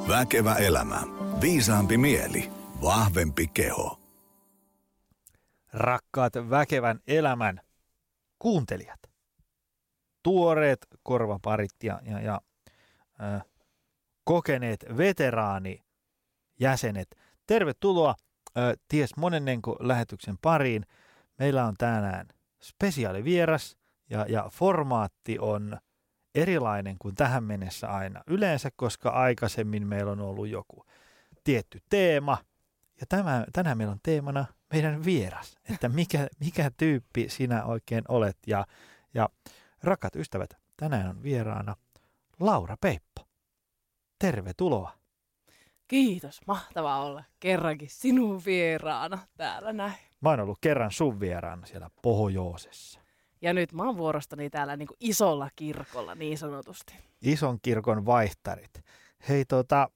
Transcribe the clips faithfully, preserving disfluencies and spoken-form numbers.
Väkevä elämä. Viisaampi mieli. Vahvempi keho. Rakkaat väkevän elämän kuuntelijat. Tuoreet korvaparit ja, ja, ja äh, kokeneet veteraanijäsenet. Tervetuloa äh, ties monennenko lähetyksen pariin. Meillä on tänään spesiaalivieras ja, ja formaatti on erilainen kuin tähän mennessä aina yleensä, koska aikaisemmin meillä on ollut joku tietty teema. Ja tämä, tänään meillä on teemana meidän vieras, että mikä, mikä tyyppi sinä oikein olet. Ja, ja rakkaat ystävät, tänään on vieraana Laura Peippo. Tervetuloa. Kiitos, mahtavaa olla kerrankin sinun vieraana täällä näin. Mä oon ollut kerran sun vieraana siellä Pohjoisessa. Ja nyt mä oon vuorostani täällä niin kuin isolla kirkolla niin sanotusti. Ison kirkon vaihtarit. Hei tota,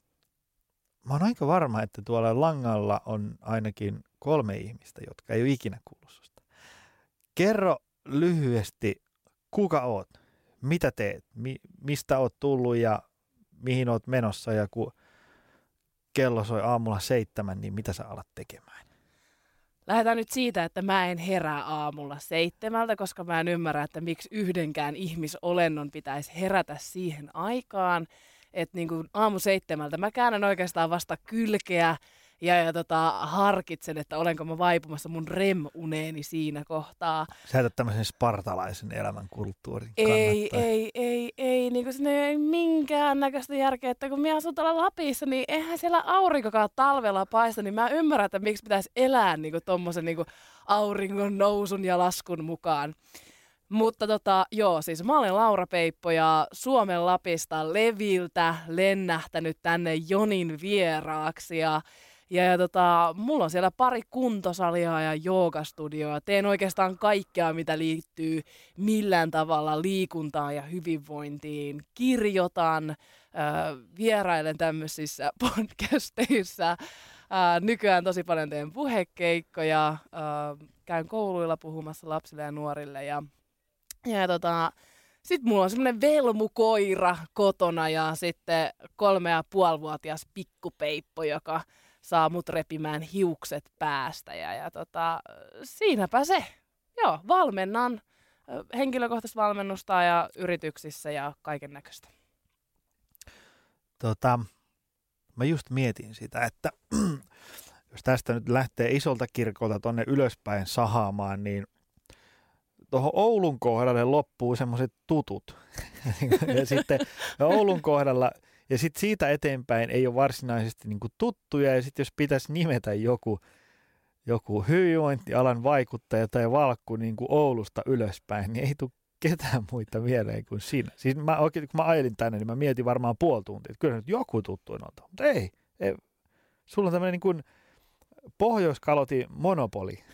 mä oon aika varma, että tuolla langalla on ainakin kolme ihmistä, jotka ei ole ikinä kuullut susta. Kerro lyhyesti, kuka oot, mitä teet, mi- mistä oot tullut ja mihin oot menossa ja kun kello soi aamulla seitsemän, niin mitä sä alat tekemään? Lähdetään nyt siitä, että mä en herää aamulla seitsemältä, koska mä en ymmärrä, että miksi yhdenkään ihmisolennon pitäisi herätä siihen aikaan. Että niin kuin aamu seitsemältä mä käännän oikeastaan vasta kylkeä ja, ja tota, harkitsen, että olenko mä vaipumassa mun R E M-uneeni siinä kohtaa. Sä et ole tämmöisen spartalaisen elämänkulttuurin Ei, kannattaja. ei, ei, ei. Niin kuin sinne ei minkään näköistä järkeä, että kun minä asun täällä Lapissa, niin eihän siellä aurinkokaan talvella paista, niin mä ymmärrän, että miksi pitäisi elää niin kuin tommosen niin kuin auringon nousun ja laskun mukaan. Mutta tota, joo, siis mä olen Laura Peippo ja Suomen Lapista Leviltä lennähtänyt tänne Jonin vieraaksi ja Ja, ja tota, mulla on siellä pari kuntosalia ja joogastudioa. Teen oikeastaan kaikkea, mitä liittyy millään tavalla liikuntaan ja hyvinvointiin. Kirjoitan, äh, vierailen tämmöisissä podcasteissa. Äh, nykyään tosi paljon teen puhekeikkoja. Äh, käyn kouluilla puhumassa lapsille ja nuorille. Ja, ja tota, sitten mulla on semmoinen velmukoira kotona ja sitten kolme ja puolivuotias pikkupeippo, joka saa mut repimään hiukset päästä ja, ja tota, siinäpä se. Joo, valmennan henkilökohtaista valmennusta ja yrityksissä ja kaiken näköistä. Tota, mä just mietin sitä, että jos tästä nyt lähtee isolta kirkolta tonne ylöspäin sahaamaan, niin tuohon Oulun kohdalle loppuu semmoiset tutut. Ja sitten Oulun kohdalla ja sitten siitä eteenpäin ei ole varsinaisesti niinku tuttuja, ja sitten jos pitäisi nimetä joku, joku hyvinvointialan vaikuttaja tai valkku niinku Oulusta ylöspäin, niin ei tule ketään muita mieleen kuin sinä. Siis mä oikein, kun mä ajelin tänne, niin mä mietin varmaan puoli tuntia, että kyllä nyt joku tuttu on oltava, mutta ei, ei. Sulla on tämmöinen niinku Pohjoiskalotin monopoli.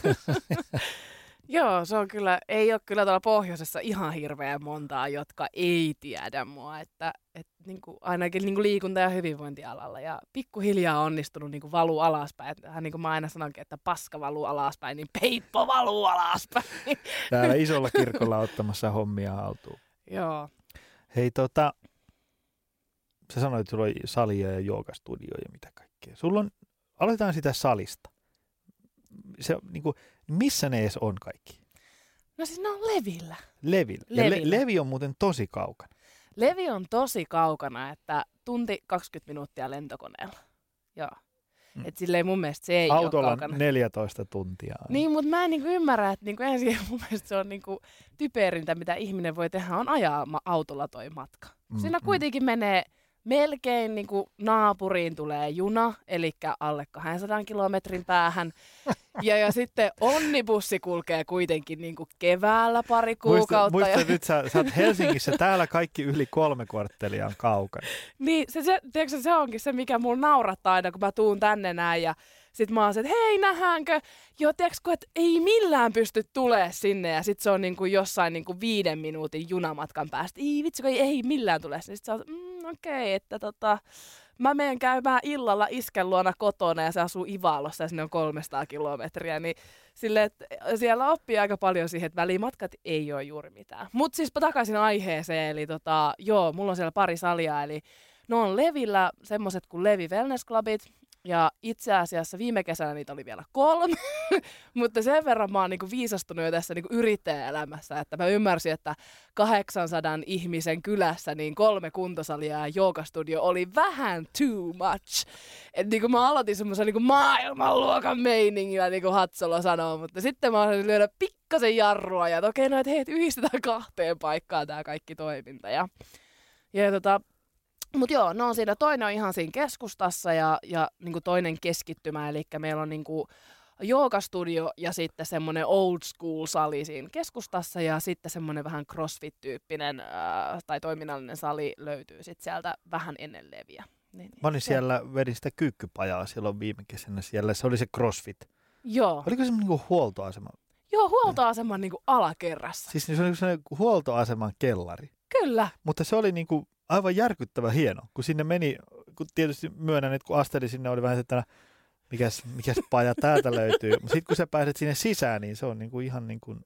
Joo, se on kyllä, ei ole kyllä tuolla pohjoisessa ihan hirveän montaa, jotka ei tiedä mua, että, että niin kuin, ainakin niin kuin liikunta- ja hyvinvointialalla ja pikkuhiljaa onnistunut niin kuin valuu alaspäin. Vähän niin kuin mä aina sanonkin, että paska valuu alaspäin, niin Peippo valuu alaspäin. Täällä isolla kirkolla ottamassa hommia haltuun. Joo. Hei tota, sä sanoit, että sulla on salia ja joogastudio ja mitä kaikkea. Sulla on, aloitetaan sitä salista. Se, niin kuin, missä ne edes on kaikki? No siis ne on Levillä. Levillä. Ja Levillä. Le- Levi on muuten tosi kaukana. Levi on tosi kaukana, että tunti kaksikymmentä minuuttia lentokoneella. Joo. Mm. Et silleen mun mielestä se ei Autolla ole kaukana. neljätoista tuntia. Niin, mutta mä en niinku ymmärrä, että niinku ensin mun mielestä se on niinku typerintä, mitä ihminen voi tehdä, on ajaa ma- autolla toi matka. Mm, Siinä mm. kuitenkin menee melkein niinku naapuriin tulee juna, eli alle kahdensadan kilometrin päähän. Ja, ja sitten onnibussi kulkee kuitenkin niinku keväällä pari kuukautta. Muista, muista ja... nyt, sä, sä oot Helsingissä, täällä kaikki yli kolme kvarttelia on kaukana. Niin, se, se, tiedätkö, se onkin se, mikä mulla naurattaa aina, kun mä tuun tänne näin ja sit mä oon se, että hei, nähdäänkö? Joo, tiedätkö, että ei millään pysty tulemaan sinne ja sit se on niinku jossain niinku viiden minuutin junamatkan päästä. Ei vitsi, ei, ei millään tule. Sitten sä oot, mm, okei, okay, että tota, mä menen käymään illalla isken luona kotona ja se asuu Ivalossa ja sinne on kolmesataa kilometriä, niin sille, että siellä oppii aika paljon siihen, että välimatkat ei ole juuri mitään. Mutta siis takaisin aiheeseen, eli tota, joo, mulla on siellä pari salia, eli ne on Levillä semmoiset kuin Levi Wellness Clubit, ja itse asiassa viime kesänä niitä oli vielä kolme, mutta sen verran mä oon niinku viisastunut jo tässä niinku yrittäjäelämässä, että mä ymmärsin, että kahdeksansadan ihmisen kylässä niin kolme kuntosalia ja joogastudio oli vähän too much. Et niinku mä aloitin semmoisen niinku maailmanluokan meiningillä, niin kuin Hatsolo sanoo, mutta sitten mä oon lyödä pikkasen jarrua ja että okei, no et hei, et yhdistetään kahteen paikkaan tää kaikki toiminta. Ja, ja tota, Mutta joo, no on siinä, toinen on ihan siinä keskustassa ja, ja niinku toinen keskittymä, eli meillä on niinku joogastudio ja sitten semmoinen old school sali siinä keskustassa ja sitten semmoinen vähän crossfit-tyyppinen ää, tai toiminnallinen sali löytyy sitten sieltä vähän ennen Leviä. Niin, Mä olin se, siellä, vedin sitä kyykkypajaa silloin viime kesänä siellä, se oli se CrossFit. Joo, Oliko se niinku huoltoasema? joo huoltoaseman niinku alakerrassa. Siis se oli sellainen huoltoaseman kellari. Kyllä. Mutta se oli niinku aivan järkyttävä hieno, kun sinne meni, kun tietysti myönnän, että kun asteli sinne oli vähän, että mikäs, mikäs paja täältä löytyy. Mutta sitten kun sä pääset sinne sisään, niin se on niinku ihan niin kuin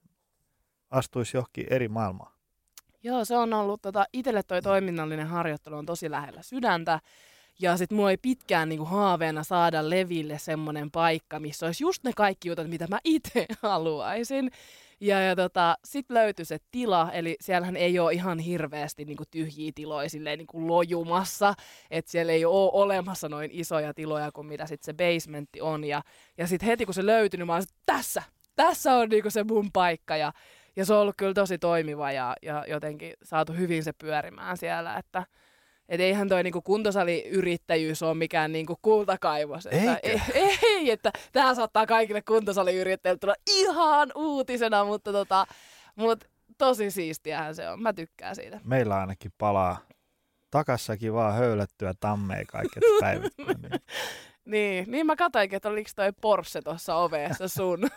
astuisi johonkin eri maailmaan. Joo, se on ollut, tota, itselle toi toiminnallinen harjoittelu on tosi lähellä sydäntä. Ja sit mulla ei pitkään niinku haaveena saada Leville semmonen paikka, missä olisi just ne kaikki jutut, mitä mä itse haluaisin. Ja, ja tota, sit löytyi se tila, eli siellähän ei ole ihan hirveästi niinku tyhjiä tiloja silleen niinku lojumassa, että siellä ei ole olemassa noin isoja tiloja kuin mitä sit se basementti on. Ja, ja sit heti kun se löytyi, niin mä olin, tässä, tässä on niinku se mun paikka. Ja, ja se on ollut kyllä tosi toimiva ja, ja jotenkin saatu hyvin se pyörimään siellä, että et eihän toi niinku kuntosaliyrittäjyys ole mikään niinku kultakaivos. Että ei, ei, että tää saattaa kaikille kuntosaliyrittäjille tulla ihan uutisena, mutta tota, mut tosi siistiähän se on. Mä tykkään siitä. Meillä ainakin palaa takassakin vaan höylättyä tammea kaiket päivät. Niin. niin, niin mä katsoinkin, että oliko toi Porsche tuossa oveessa sun.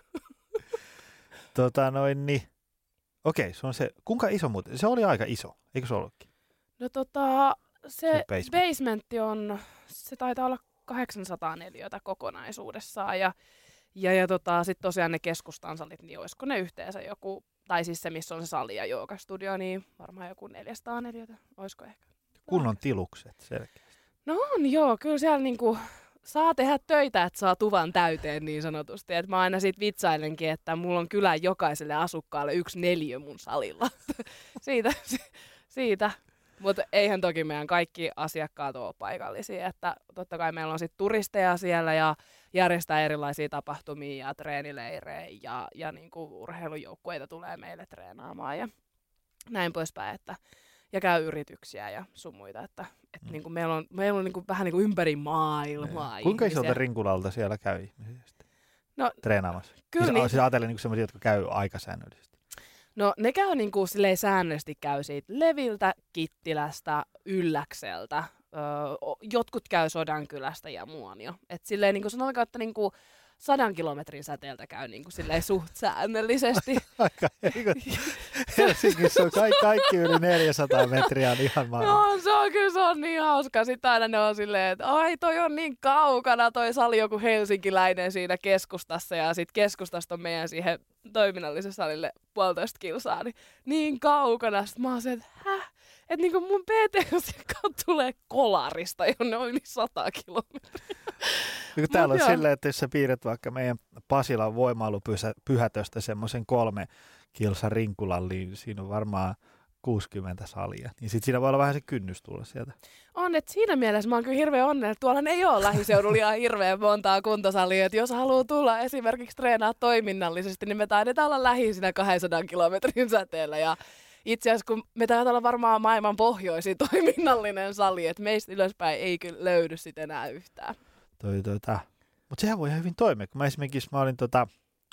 tota noin niin. Okei, se on se. Kuinka iso muuten? Se oli aika iso, eikö se ollutkin? No tota, se, Se basement. basementti on, se taitaa olla kahdeksansataa neliötä kokonaisuudessaan ja, ja, ja tota, sitten tosiaan ne keskustansalit, niin olisiko ne yhteensä joku, tai siis se missä on se sali ja joogastudio, niin varmaan joku neljäsataa neliötä, olisiko ehkä. Kunnon tilukset selkeästi. No on joo, kyllä siellä niinku saa tehdä töitä, että saa tuvan täyteen niin sanotusti. Et mä aina siitä vitsailenkin, että mulla on kylän jokaiselle asukkaalle yksi neliö mun salilla. siitä, siitä. Mutta eihän toki meidän kaikki asiakkaat ole paikallisia, että totta kai meillä on sitten turisteja siellä ja järjestää erilaisia tapahtumia ja treenileirejä ja, ja niinku urheilujoukkueita tulee meille treenaamaan ja näin poispäin, että ja käy yrityksiä ja sun muita, että et mm. niinku meillä on, meillä on niinku vähän niinku ympäri maailmaa ne. Kuinka ihmisiä. isolta rinkulalta siellä käy ihmisiä no, treenaamassa? Kyllä siis, niin. siis ajatellen niinku sellaisia, jotka käy aika säännöllisesti. No ne käy niinku silleen säännöllisesti käy siitä Leviltä, Kittilästä, Ylläkseltä. Öö, jotkut käy Sodankylästä ja Muonio. Et silleen niinku sanotaan, että niinku sadan kilometrin säteeltä käy niinku silleen suht säännöllisesti. Aika Helsingissä on kaikki, kaikki yli neljäsataa metriä on ihan maailman. No se on kyllä, se on niin hauska. Sitten aina ne on silleen, että ai toi on niin kaukana toi sali joku helsinkiläinen siinä keskustassa ja sitten keskustasta on meidän siihen toiminnallisen salille puolitoista kilsaa, niin, niin kaukana. Sitten mä oon se, että häh? Että niinku mun P T-asiakkaat tulee Kolarista, jonne on yli sata kilometriä. Täällä on silleen, että jos sä piirret vaikka meidän Pasilan voimailupyhätöstä semmoisen kolme kilsan rinkulan, niin siinä on varmaan kuusikymmentä salia. Niin sit siinä voi olla vähän se kynnys tulla sieltä. On, että siinä mielessä mä oon kyllä hirveän onnellinen, että tuolla ei ole lähiseudulla ihan hirveän montaa kuntosalia. Että jos haluaa tulla esimerkiksi treenaa toiminnallisesti, niin me taidetaan olla lähi siinä kahdensadan kilometrin säteellä. Ja itse asiassa kun me taidetaan olla varmaan maailman pohjoisin toiminnallinen sali, että meistä ylöspäin ei kyllä löydy sitä enää yhtään. Toi, tota. Mutta sehän voi ihan hyvin toimia. Kun mä esimerkiksi mä olin, tota,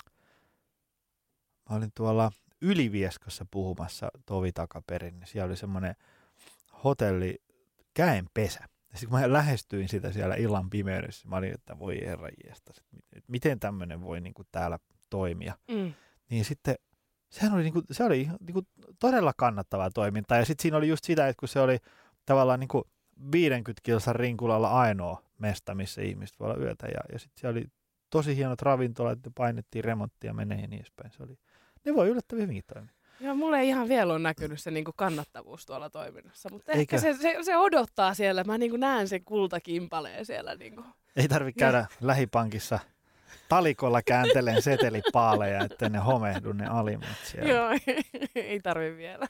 mä olin tuolla Ylivieskossa puhumassa tovi takaperin, niin siellä oli semmoinen hotelli Käenpesä. Ja sitten kun mä lähestyin sitä siellä illan pimeydessä, mä olin, että voi herranjestas, miten tämmöinen voi niinku täällä toimia. Mm. Niin sitten sehän oli, niinku, se oli niinku todella kannattavaa toimintaa. Ja sitten siinä oli just sitä, että kun se oli tavallaan niinku viidenkymmenen kilsan rinkulalla ainoa mesta, missä ihmiset voi olla yötä. Ja, ja sitten siellä oli tosi hienot ravintolat, että painettiin remonttia menee ja niin edespäin. Se oli, ne voi yllättävän hyvinkin toimia. Joo, mulle ei ihan vielä ole näkynyt se niinku kannattavuus tuolla toiminnassa, mutta Eikö? ehkä se, se, se odottaa siellä. Mä niinku näen sen kultakimpaleen siellä. Niinku. Ei tarvitse käydä lähipankissa talikolla käänteleen setelipaaleja, ettei ne homehdu ne alimmat siellä. Joo, ei tarvi vielä.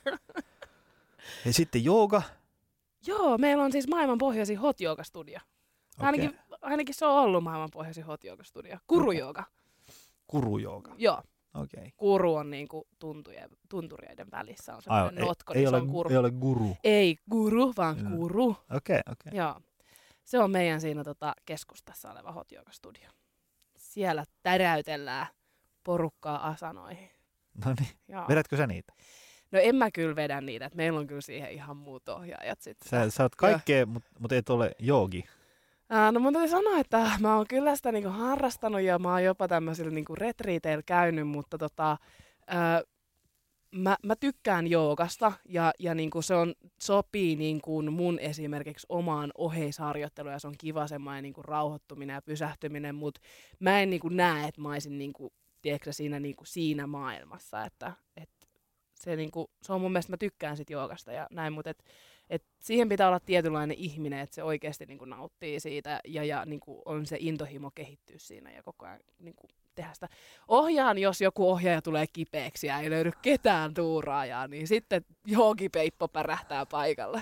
Ja sitten jooga. Joo, meillä on siis maailman pohjoisin hot yoga studio. Ainakin, Okei. ainakin se on ollut maailman pohjoisin hot yoga studio. Kurujooga. Kurujooga. Joo. Okei. Okay. Kuru on niinku tuntujen, tunturien välissä. On Ai, semmoinen ei, notko, ei, niin ole, se on kuru. ei ole guru. Ei guru, vaan Joo. kuru. Okei, okay, okei. Okay. Joo. Se on meidän siinä tota, keskustassa oleva hot yoga studio. Siellä täräytellään porukkaa asanoihin. No niin, Joo. vedätkö sä niitä? No en mä kyllä vedä niitä, että meillä on kyllä siihen ihan muut ohjaajat sitten. Sä, sä oot kaikkea, mutta mut et ole joogi. Ää, no mun täytyy sanoa, että mä oon kyllä sitä niinku harrastanut ja mä oon jopa tämmöisillä niinku retriiteillä käynyt, mutta tota, ää, mä, mä tykkään joogasta ja, ja niinku se on, sopii niinku mun esimerkiksi omaan oheisharjoitteluun ja se on kiva semmoinen niinku rauhoittuminen ja pysähtyminen, mutta mä en niinku näe, että mä olisin niinku, tiedätkö, siinä, niinku, siinä maailmassa, että et se, niinku, se on mun mielestä, mä tykkään sit joogasta ja näin, mutta et, et siihen pitää olla tietynlainen ihminen, että se oikeasti niinku nauttii siitä ja, ja niinku on se intohimo kehittyä siinä ja koko ajan niinku tehdä sitä. Ohjaan, jos joku ohjaaja tulee kipeäksi ja ei löydy ketään tuuraajaa, niin sitten joogipeippo pärähtää paikalle.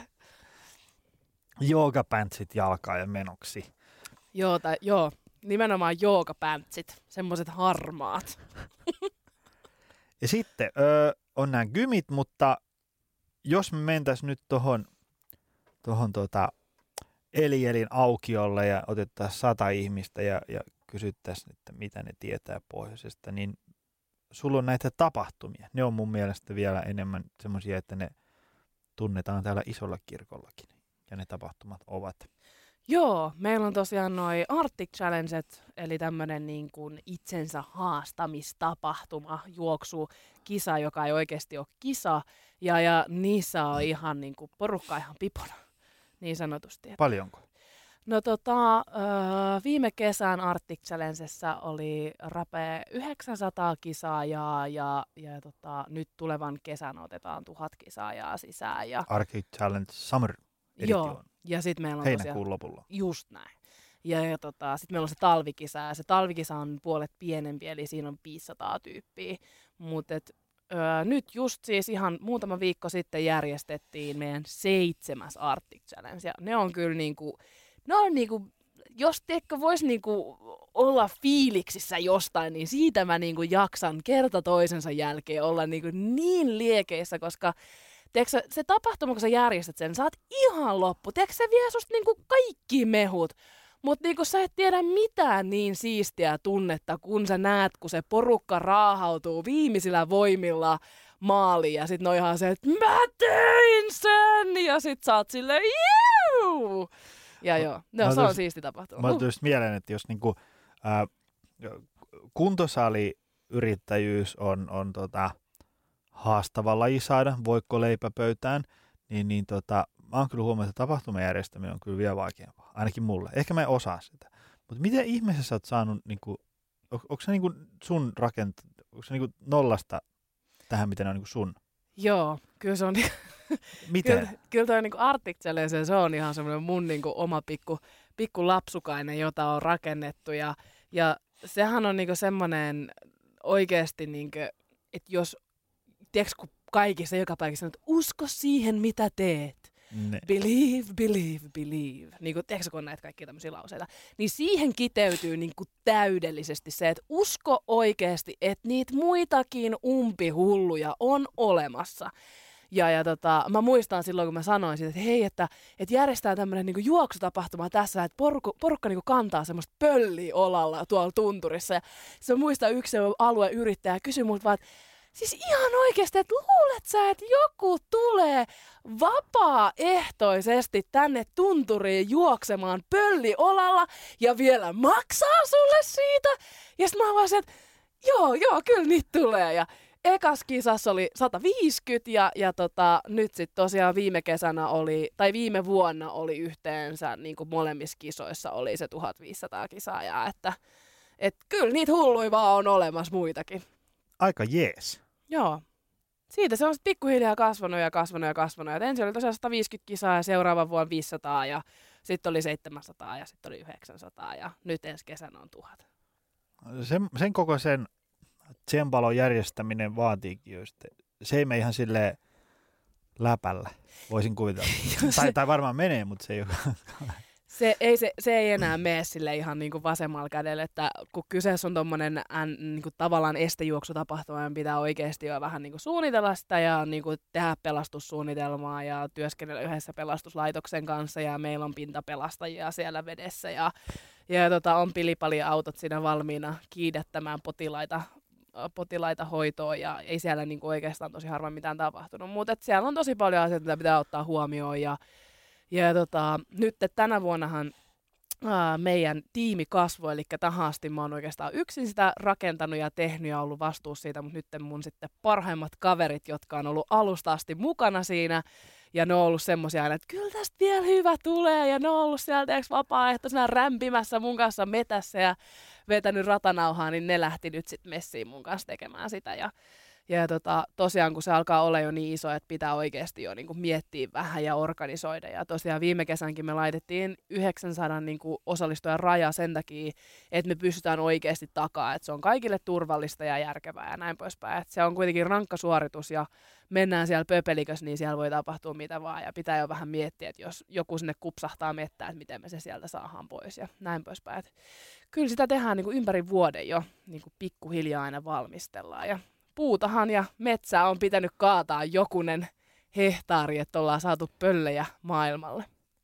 Joogapäntsit jalkaan ja menoksi. Joo, tai, joo, nimenomaan joogapäntsit, semmoiset harmaat. Ja sitten öö, on nämä gymit, mutta jos me mentäisiin nyt tuohon tohon tota Elielin aukiolle ja otettaisiin sata ihmistä ja, ja kysyttäisiin, että mitä ne tietää pohjoisesta, niin sulla on näitä tapahtumia. Ne on mun mielestä vielä enemmän semmoisia, että ne tunnetaan täällä isolla kirkollakin. Ja ne tapahtumat ovat. Joo, meillä on tosiaan noi Arctic Challenget, eli tämmöinen niin kuin itsensä haastamistapahtuma, juoksu, kisa, joka ei oikeasti ole kisa. Ja, ja niissä on ihan niin kuin porukka ihan pipona, niin sanotusti. Paljonko? No tota, viime kesän Arctic Challengessa oli rapea yhdeksänsataa kisaajaa ja, ja tota, nyt tulevan kesän otetaan tuhat kisaajaa sisään. Ja, Arctic Challenge Summer Edition. joo, ja sitten meillä on heinäkuun tosiaan, lopulla. just näin. Ja, ja tota, sitten meillä on se talvikisa ja se talvikisa on puolet pienempi, eli siinä on viisisataa tyyppiä. Mutta nyt just siis ihan muutama viikko sitten järjestettiin meidän seitsemäs Arctic Challenge ja ne on kyllä niinku, ne on niinku, jos teikö voisi niinku olla fiiliksissä jostain, niin siitä mä niinku jaksan kerta toisensa jälkeen olla niinku niin liekeissä, koska teekö, se tapahtuma, kun sä järjestät sen, sä oot ihan loppu. Teekö se vie susta niinku kaikki mehut? Mutta niinku sä et tiedä mitään niin siistiä tunnetta, kun sä näet, kun se porukka raahautuu viimeisillä voimilla maaliin. Ja sit ne on ihan se, että mä tein sen! Ja sit sä oot silleen, juu! Ja joo, no, se on tos, siisti tapahtuma. Mä oon just mieleen, että jos niinku, äh, kuntosaliyrittäjyys on, on tota, haastava laji saada, voikko leipäpöytään, niin, niin tota, mä oon kyllä huomannut, että tapahtumajärjestäminen on kyllä vielä vaikeampaa, ainakin mulle. Ehkä mä en osaa sitä. Mutta miten ihmeessä sä oot saanut, niinku, on, onko se niinku sun rakent, onko se niinku nollasta tähän, miten on niinku sun? Joo, kyllä se on, Miten? kyllä, kyllä toi niinku Arctic Challenge, se on ihan semmoinen mun niinku oma pikku, pikku lapsukainen, jota on rakennettu ja, ja sehän on niinku semmoinen oikeasti, niinku, että jos, tiedätkö kun kaikissa joka paikassa, että usko siihen mitä teet. Ne. Believe, believe, believe. Niin kuin, tiedätkö, kun on näitä kaikkia tämmöisiä lauseita. Niin siihen kiteytyy niin kuin täydellisesti se, että usko oikeasti, että niitä muitakin umpihulluja on olemassa. Ja, ja tota, mä muistan silloin, kun mä sanoin siitä, että hei, että, että järjestää tämmöinen niin juoksutapahtuma tässä, että porukka, porukka niin kantaa semmoista pölliä olalla tuolla tunturissa. Ja se muistaa yksi alueyrittäjä kysyi multa vaan, että siis ihan oikeasti, että luulet sä, että joku tulee vapaaehtoisesti tänne tunturiin juoksemaan pölliolalla ja vielä maksaa sulle siitä? Ja sit mä vaan se, että joo, joo, kyllä niitä tulee. Ja ekas kisassa oli sata viisikymmentä ja, ja tota, nyt sitten tosiaan viime kesänä oli, tai viime vuonna oli yhteensä niin kuin molemmissa kisoissa oli se tuhatviisisataa kisaajaa. Että et kyllä niitä hulluja vaan on olemassa muitakin. Aika jees. Joo. siitä se on sitten pikkuhiljaa kasvanut ja kasvanut ja kasvanut. Et ensin oli tosiaan sata viisikymmentä kisaa ja seuraavan vuonna viisisataa ja sitten oli seitsemänsataa ja sitten oli yhdeksänsataa ja nyt ensi kesänä on tuhat. Sen, sen koko sen tsembalon järjestäminen vaatiikin jo sitten. Se ei mene ihan silleen läpällä, voisin kuvitella. tai, tai varmaan menee, mutta se ei ole. Se ei, se, se ei enää mene sille ihan niin kuin vasemmalla kädellä, että kun kyseessä on tuommoinen niin kuin tavallaan estejuoksutapahtuma, niin pitää oikeasti jo vähän niin kuin suunnitella sitä ja niin kuin tehdä pelastussuunnitelmaa ja työskennellä yhdessä pelastuslaitoksen kanssa ja meillä on pintapelastajia siellä vedessä ja, ja tota, on pilipali-autot siinä valmiina kiidättämään potilaita, potilaita hoitoon ja ei siellä niin kuin oikeastaan tosi harvoin mitään tapahtunut, mutta siellä on tosi paljon asioita, mitä pitää ottaa huomioon ja Ja tota, nyt tänä vuonnahan ää, meidän tiimi kasvoi, eli tähän asti mä oon oikeastaan yksin sitä rakentanut ja tehnyt ja ollut vastuussa siitä, mutta nyt mun sitten parhaimmat kaverit, jotka on ollut alusta asti mukana siinä, ja ne on ollut semmosia aina, että kyllä tästä vielä hyvä tulee, ja ne on ollut sieltä vapaaehtoisena rämpimässä mun kanssa metässä ja vetänyt ratanauhaa, niin ne lähti nyt sitten messiin mun kanssa tekemään sitä, ja Ja tota, tosiaan kun se alkaa olla jo niin iso, että pitää oikeasti jo niin kuin miettiä vähän ja organisoida. Ja tosiaan viime kesänkin me laitettiin yhdeksänsadan niin kuin osallistujan raja sen takia, että me pystytään oikeasti takaa, että se on kaikille turvallista ja järkevää ja näin poispäin. Et se on kuitenkin rankka suoritus ja mennään siellä pöpelikössä, niin siellä voi tapahtua mitä vaan. Ja pitää jo vähän miettiä, että jos joku sinne kupsahtaa mettään, että miten me se sieltä saadaan pois ja näin poispäin. Et kyllä sitä tehdään niin kuin ympäri vuoden jo, niin kuin pikkuhiljaa aina valmistellaan. Ja puutahan ja metsää on pitänyt kaataa jokunen hehtaari, että ollaan saatu pöllejä maailmalle.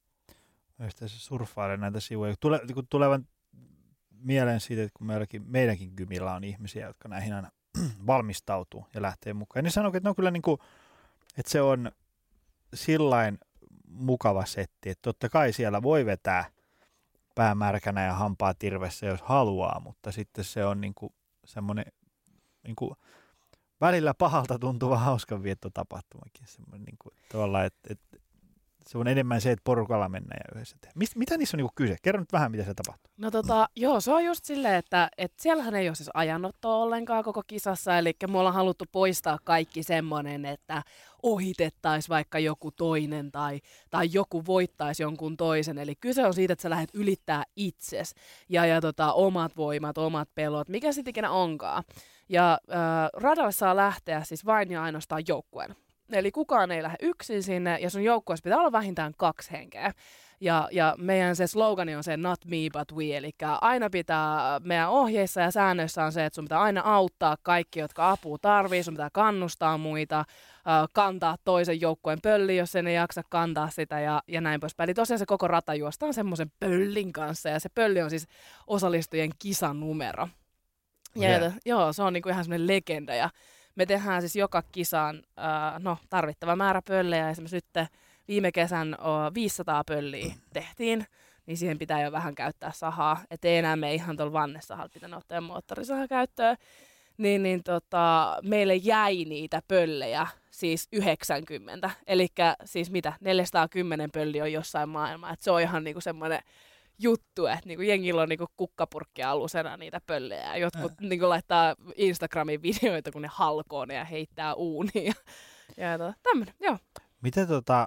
Mä just tässä surffailen näitä sivuja. Tule, kun tulevan mieleen siitä, että kun meilläkin, meidänkin kymillä on ihmisiä, jotka näihin aina valmistautuu ja lähtee mukaan. Ja ne sanoo, että ne on kyllä niin kuin, että se on sillain mukava setti, että totta kai siellä voi vetää päämärkänä ja hampaa tirvessä, jos haluaa, mutta sitten se on niin kuin semmoinen niin kuin välillä pahalta tuntuva hauskanviettotapahtumakin. Semmoinen niin kuin tavallaan, että, että se on enemmän se, että porukalla mennään ja yhdessä tehdään. Mist, mitä niissä on niin kuin kyse? Kerro nyt vähän, mitä se tapahtuu. No tota, joo, se on just silleen, että, että siellähän ei ole siis ajanottoa ollenkaan koko kisassa, eli me ollaan haluttu poistaa kaikki semmoinen, että ohitettaisiin vaikka joku toinen tai, tai joku voittaisi jonkun toisen. Eli kyse on siitä, että sä lähdet ylittää itses ja, ja tota, omat voimat, omat pelot, mikä sitten ikinä onkaan. Ja äh, radalle saa lähteä siis vain ja ainoastaan joukkueen. Eli kukaan ei lähde yksin sinne, ja sun joukkueessa pitää olla vähintään kaksi henkeä. Ja, ja meidän se slogani on se not me but we, eli aina pitää, meidän ohjeissa ja säännöissä on se, että sun pitää aina auttaa kaikki, jotka apua tarvii, sun pitää kannustaa muita, äh, kantaa toisen joukkueen pölli, jos sen ei jaksa kantaa sitä, ja, ja näin poispäin. Eli tosiaan se koko rata juostaan semmoisen pöllin kanssa, ja se pölli on siis osallistujien kisanumero. Ja, yeah. Joo, se on niinku ihan semmoinen legenda, ja me tehdään siis joka kisaan äh, no, tarvittava määrä pöllejä. Esimerkiksi nyt viime kesän oh, viisisataa pölliä tehtiin, niin siihen pitää jo vähän käyttää sahaa. Että ei enää me ihan tuolla vannesahalla pitänyt ottaa moottorisaha käyttöön. Niin, niin tota, meille jäi niitä pöllejä siis yhdeksänkymmentä. Eli siis mitä, neljäsataakymmenen pölliä on jossain maailmaa. Et se on ihan niinku semmoinen juttu, että niinku jengillä on niinku kukkapurkkia alusena niitä pöllejä. Jotkut äh. niinku laittaa Instagramiin videoita, kun ne halkoo ne ja heittää uuniin. Ja, ja tota, tämmönen, joo. Miten tota,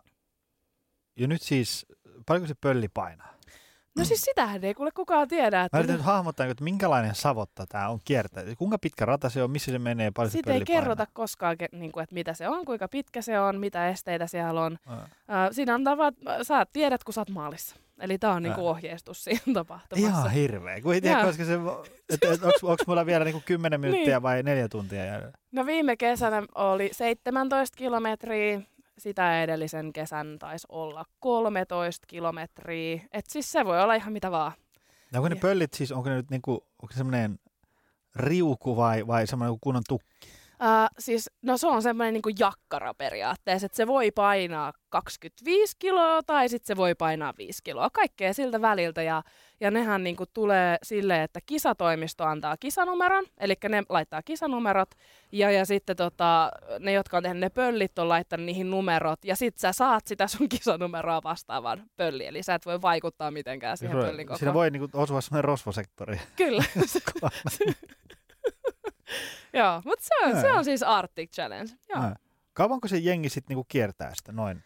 jo nyt siis, paljonko se pölli painaa? No siis sitähän ei kuule kukaan tiedä. Että mä yritän nyt hahmottaa, että minkälainen savotta tämä on kiertää. Kuinka pitkä rata se on, missä se menee, paljon se Siitä pölli ei kerrota painaa. koskaan, niin kuin, että mitä se on, kuinka pitkä se on, mitä esteitä siellä on. Äh. Siinä on tavat, sä tiedät, kun sä oot maalissa. Eli tää on niinku ohjeistus siinä tapahtumassa. Ihan hirveä. Kun ei tiedä, koska se, että et, onko mulla vielä niinku kymmenen minuuttia niin. vai neljä tuntia jäljellä? No viime kesänä oli seitsemäntoista kilometriä. Sitä edellisen kesän taisi olla kolmetoista kilometriä. Et siis se voi olla ihan mitä vaan. No onko ne pöllit siis, onko ne nyt niinku, onko se semmoinen riuku vai, vai semmoinen kunnon tukki? Uh, siis, no se on semmoinen niinku jakkara periaatteessa, että se voi painaa kaksikymmentäviisi kiloa tai sitten se voi painaa viisi kiloa, kaikkea siltä väliltä. Ja, ja nehän niinku tulee silleen, että kisatoimisto antaa kisanumeron, eli ne laittaa kisanumerot ja, ja sitten tota, ne, jotka on tehnyt ne pöllit, on laittanut niihin numerot ja sitten sä saat sitä sun kisanumeroa vastaavan pölli, eli sä et voi vaikuttaa mitenkään siihen Kyllä, pöllin kokoon. Siinä voi niinku osua semmoinen rosvosektori. Kyllä. Joo, mutta se on, se on siis Arctic Challenge. Joo. Kauanko se jengi sitten niinku kiertää sitä noin?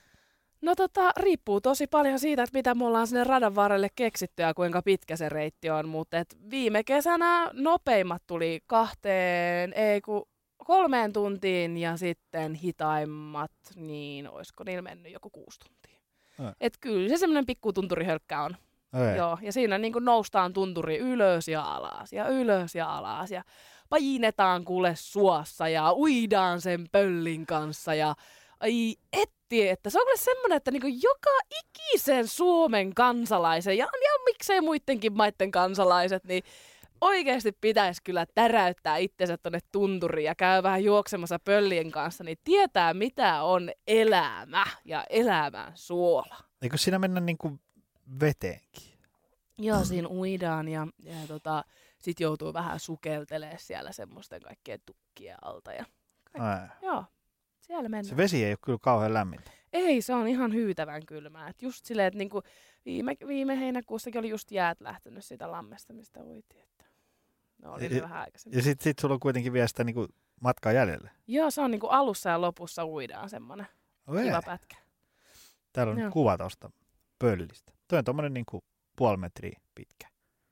No tota, riippuu tosi paljon siitä, että mitä me ollaan sinne radan varrelle keksitty ja kuinka pitkä se reitti on, mutta et viime kesänä nopeimmat tuli kahteen, ei ku kolmeen tuntiin ja sitten hitaimmat, niin olisiko niillä mennyt joku kuusi tuntia. Ei. Et kyllä se semmoinen pikku tunturihölkkä on. Ei. Joo, ja siinä niin kuin noustaan tunturi ylös ja alas ja ylös ja alas ja painetaan kuule suossa ja uidaan sen pöllin kanssa ja ai etti, että se on kyllä semmoinen, että niin kuin joka ikisen Suomen kansalaisen ja, ja miksei muidenkin maiden kansalaiset, niin oikeasti pitäisi kyllä täräyttää itsensä tonne tunturiin ja käy vähän juoksemassa pöllien kanssa, niin tietää mitä on elämä ja elämän suola. Eikö siinä mennä niinku veteenkin? Joo, siinä uidaan ja, ja tota, sit joutuu vähän sukeltelemaan siellä semmoisten kaikkien tukkien alta. Ja joo, siellä mennään. Se vesi ei ole kyllä kauhean lämmintä. Ei, se on ihan hyytävän kylmää. Et just silleen, että niinku viime, viime heinäkuussakin oli just jäät lähtenyt siitä lammesta, mistä uitiin. Että no oli ja, vähän aikaisemmin. Ja sit, sit sulla on kuitenkin vielä sitä niinku matkaa jäljelle. Joo, se on niinku alussa ja lopussa uidaan semmoinen kiva pätkä. Täällä on Joo. kuva tosta pöllistä. Tuo on tommonen niinku puoli metriä pitkä.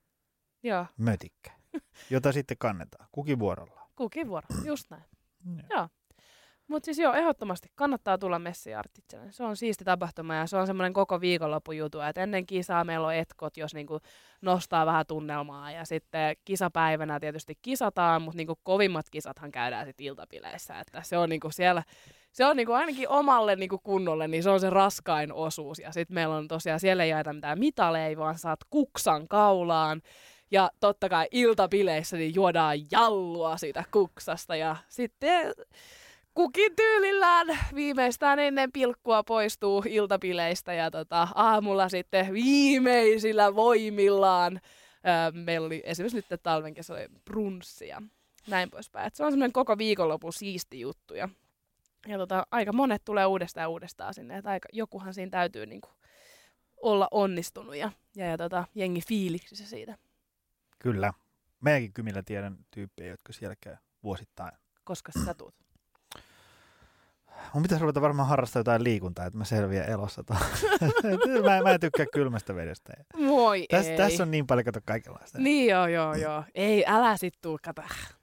Joo, Mötikkä, jota sitten kannetaan kukin vuorollaan. kukin vuoro, just näin. Joo. Joo. Mutta siis joo, ehdottomasti kannattaa tulla Messiin Arcticelle. Se on siisti tapahtuma ja se on semmoinen koko viikonloppu jutu. Et ennen kisaa meillä on etkot, jos niinku nostaa vähän tunnelmaa. Ja sitten kisapäivänä tietysti kisataan, mutta niinku kovimmat kisathan käydään sitten iltapileissä. Että se on niinku siellä, se on niinku ainakin omalle niinku kunnolle, niin se on se raskain osuus. Ja sitten meillä on tosiaan, siellä ei jaeta mitään mitaleja, vaan saat kuksan kaulaan. Ja totta kai iltapileissä niin juodaan jallua siitä kuksasta ja sitten kukin tyylillään viimeistään ennen pilkkua poistuu iltapileistä ja tota, aamulla sitten viimeisillä voimillaan ää, meillä oli esimerkiksi nyt talven kesä oli brunssi ja näin poispäin. Et se on semmoinen koko viikonlopun siisti juttu ja, ja tota, aika monet tulee uudestaan ja uudestaan sinne, että aika, jokuhan siinä täytyy niinku olla onnistunut ja, ja, ja tota, jengi fiiliksissä siitä. Kyllä. Meidänkin kymillä tiedän tyyppejä, jotka siellä käy vuosittain. Koska sä tuut. Mun pitäisi ruveta varmaan harrastaa jotain liikuntaa, että mä selviän elossa. mä, mä en tykkää kylmästä vedestä. Moi Täs, ei. tässä on niin paljon, kato kaikenlaista. Niin joo, joo, joo. Ei, älä sit tuu, kato.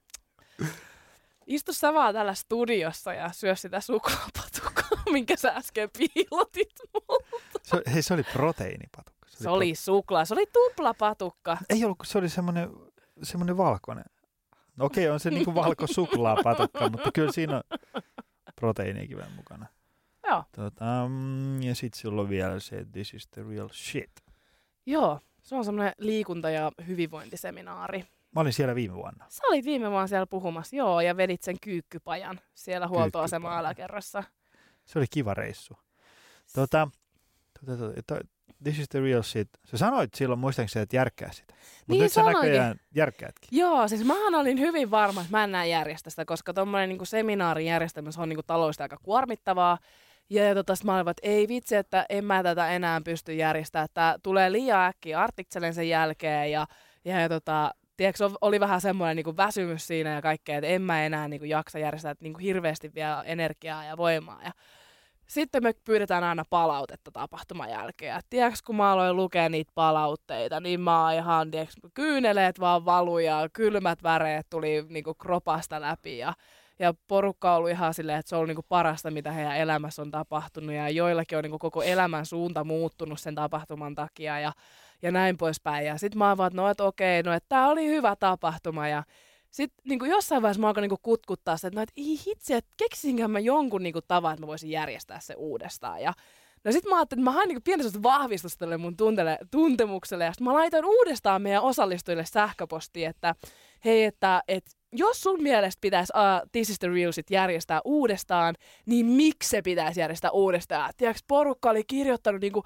Istu sä vaan täällä studiossa ja syö sitä suklaapatukkaa, minkä sä äsken piilotit multa. Se, hei, se oli proteiinipatukka. Se oli suklaa, se oli tuplapatukka. Ei ollut, kun se oli semmoinen, semmoinen valkoinen. No okei, on se niinku valkosuklaapatukka, mutta kyllä siinä on proteiiniakin vähän mukana. Joo. Tota, mm, ja sit sulla on vielä se This is the real shit. Joo, se on semmoinen liikunta- ja hyvinvointiseminaari. Mä olin siellä viime vuonna. Sä olit viime vuonna siellä puhumassa, joo, ja vedit sen kyykkypajan siellä huoltoaseman Kyykkypajan. alakerrassa. Se oli kiva reissu. Tota, tota, tota, to, This is the real shit. Sä sanoit silloin muistaakseni, että järkkää sitä. Mutta Niin nyt sä sanoinkin. näköjään järkkäätkin. Joo, siis mähän olin hyvin varma, että mä en näe järjestä sitä, koska tommonen niinku seminaarin järjestäminen on niinku taloudellisesti aika kuormittavaa. Ja, ja tota, sit mä olin, että ei vitsi, että en mä tätä enää pysty järjestämään. Että tulee liian äkkiä Arcticelen sen jälkeen ja, ja, ja tota, tiedätkö, oli vähän semmoinen niinku väsymys siinä ja kaikkea, että en mä enää niinku jaksa järjestää, että niinku hirveästi vielä energiaa ja voimaa. Ja sitten me pyydetään aina palautetta tapahtuman jälkeen. Ja tiedätkö, kun mä aloin lukea niitä palautteita, niin mä oon ihan, tiedätkö, kyyneleet vaan valu ja kylmät väreet tuli niinku kropasta läpi. Ja, ja porukka on ollut ihan silleen, että se on ollut niinku parasta, mitä heidän elämässä on tapahtunut. Ja joillakin on niinku koko elämän suunta muuttunut sen tapahtuman takia ja, ja näin poispäin. Ja sit mä oon vaan, että no, että okei, no, että tää oli hyvä tapahtuma. Ja sitten niin jossain vaiheessa mä alkoin niin kutkuttaa sitä, että, no, että ei hitsi, että keksinkään mä jonkun niin tavan, että mä voisin järjestää se uudestaan. Ja no sitten mä ajattelin, että mä hain niin pientä vahvistusta tälle mun tuntele, tuntemukselle. Ja sitten mä laitoin uudestaan meidän osallistujille sähköpostiin, että hei, että, että jos sun mielestä pitäisi uh, This is the Real Shit järjestää uudestaan, niin miksi se pitäisi järjestää uudestaan? Tiedätkö, porukka oli kirjoittanut niin kuin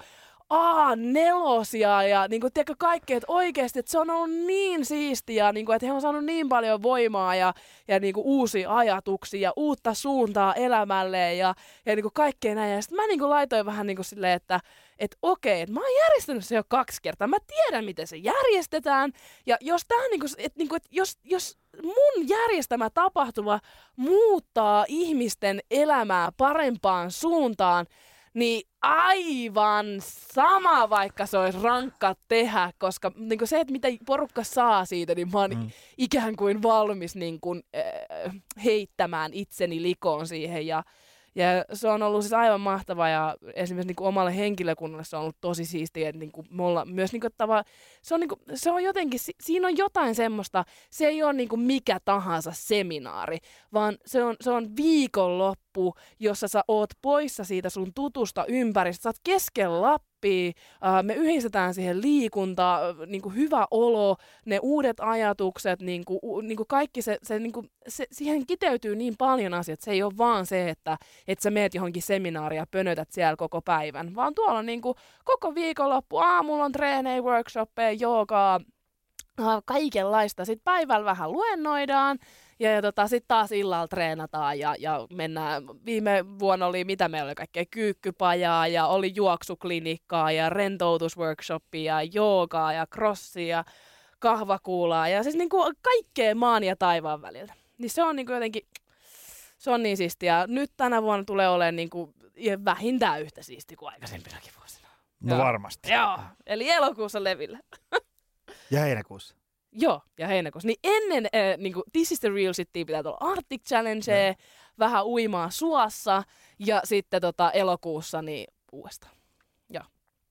A nelosia ja niinku, tiedätkö, kaikkea, että oikeasti, että se on ollut niin siistiä, niinku, että he on saanut niin paljon voimaa ja, ja niinku, uusia ajatuksia ja uutta suuntaa elämälleen ja, ja niinku, kaikkea näin. Ja sitten mä niinku, laitoin vähän niinku, silleen, että et okei, että mä oon järjestänyt se jo kaksi kertaa. Mä tiedän, miten se järjestetään. Ja jos, tää, niinku, et, niinku, et, jos, jos mun järjestämä tapahtuma muuttaa ihmisten elämää parempaan suuntaan, niin aivan sama, vaikka se olisi rankka tehdä, koska niin se, että mitä porukka saa siitä, niin mä oon mm. ikään kuin valmis niin kuin, äh, heittämään itseni likoon siihen. Ja, ja se on ollut siis aivan mahtavaa ja esimerkiksi niin kuin omalle henkilökunnalle se on ollut tosi siistiä, että niin kuin me ollaan myös niin kuin, tava, se, on niin kuin, se on jotenkin, siinä on jotain semmoista, se ei ole niin kuin mikä tahansa seminaari, vaan se on, se on viikonloppu, jossa sä oot poissa siitä sun tutusta ympäristöstä, sä oot keskellä Lappia, me yhdistetään siihen liikunta, niin kuin hyvä olo, ne uudet ajatukset, niin kuin, niin kuin kaikki se, se, niin kuin, se, siihen kiteytyy niin paljon asioita, se ei ole vaan se, että, että sä meet johonkin seminaaria ja pönötät siellä koko päivän, vaan tuolla on niin kuin koko viikonloppu, aamulla on treenejä, workshoppeja, joogaa, kaikenlaista. Sitten päivällä vähän luennoidaan ja, ja tota, sitten taas illalla treenataan ja, ja mennään. Viime vuonna oli, mitä meillä oli, kaikkea kyykkypajaa ja oli juoksuklinikkaa ja rentoutusworkshoppia ja joogaa ja crossia ja kahvakuulaa ja siis niinku kaikkea maan ja taivaan välillä. Niin se on niinku jotenkin, se on niin siistiä. Nyt tänä vuonna tulee olemaan niinku vähintään yhtä siistiä kuin aikaisempinakin vuosina. No Joo. varmasti. Joo, eli elokuussa levillä. Ja heinäkuussa. Joo, ja heinäkuussa. Niin ennen äh, niin kuin This is the Real Shittia pitää tulla Arctic Challenge, no. vähän uimaa suossa ja sitten tota, elokuussa niin uudestaan. Joo.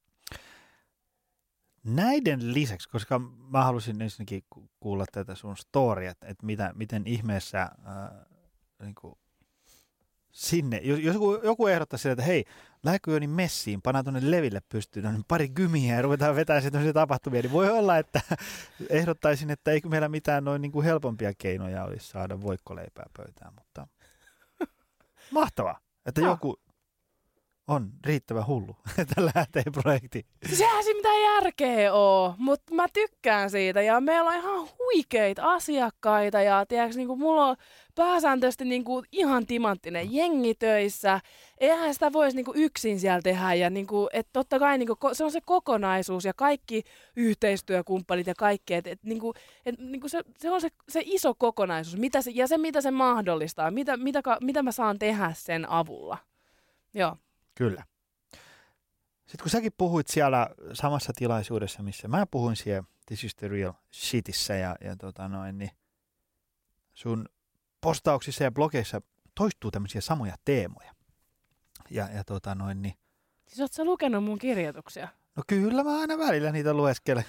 Näiden lisäksi, koska mä halusin ensinnäkin kuulla tätä sun storya, että mitä, miten ihmeessä äh, niin kuin sinne, jos joku, joku ehdottaa sille, että hei, lähdekö Joni messiin, pannaan tuonne leville pystyyn, niin pari kymiä ja ruvetaan vetämään sitten tapahtumia, niin voi olla, että ehdottaisin, että eikö meillä mitään noin niin kuin helpompia keinoja olisi saada voikkoleipää pöytään, mutta mahtavaa, että no. joku on riittävän hullu, että lähtee projektiin. Sehän se mitään järkeä oo, mutta mä tykkään siitä ja meillä on ihan huikeita asiakkaita ja tiedätkö, niin kuin mulla on pääsääntöisesti niin kuin ihan timanttinen jengi töissä. Eihän sitä voisi niin kuin yksin siellä tehdä ja niin kuin, että totta kai niin kuin, se on se kokonaisuus ja kaikki yhteistyökumppanit ja kaikki, että et, niin kuin, et, niin kuin se, se on se, se iso kokonaisuus mitä se, ja se mitä se mahdollistaa, mitä, mitä, mitä mä saan tehdä sen avulla. Joo. Kyllä. Sitten kun säkin puhuit siellä samassa tilaisuudessa, missä mä puhuin siellä This is the Real Shitissä ja, ja tota noin, niin sun postauksissa ja blogeissa toistuu tämmöisiä samoja teemoja. Ja, ja tota noin, niin siis oot sä lukenut mun kirjoituksia? No kyllä mä aina välillä niitä lueskelen.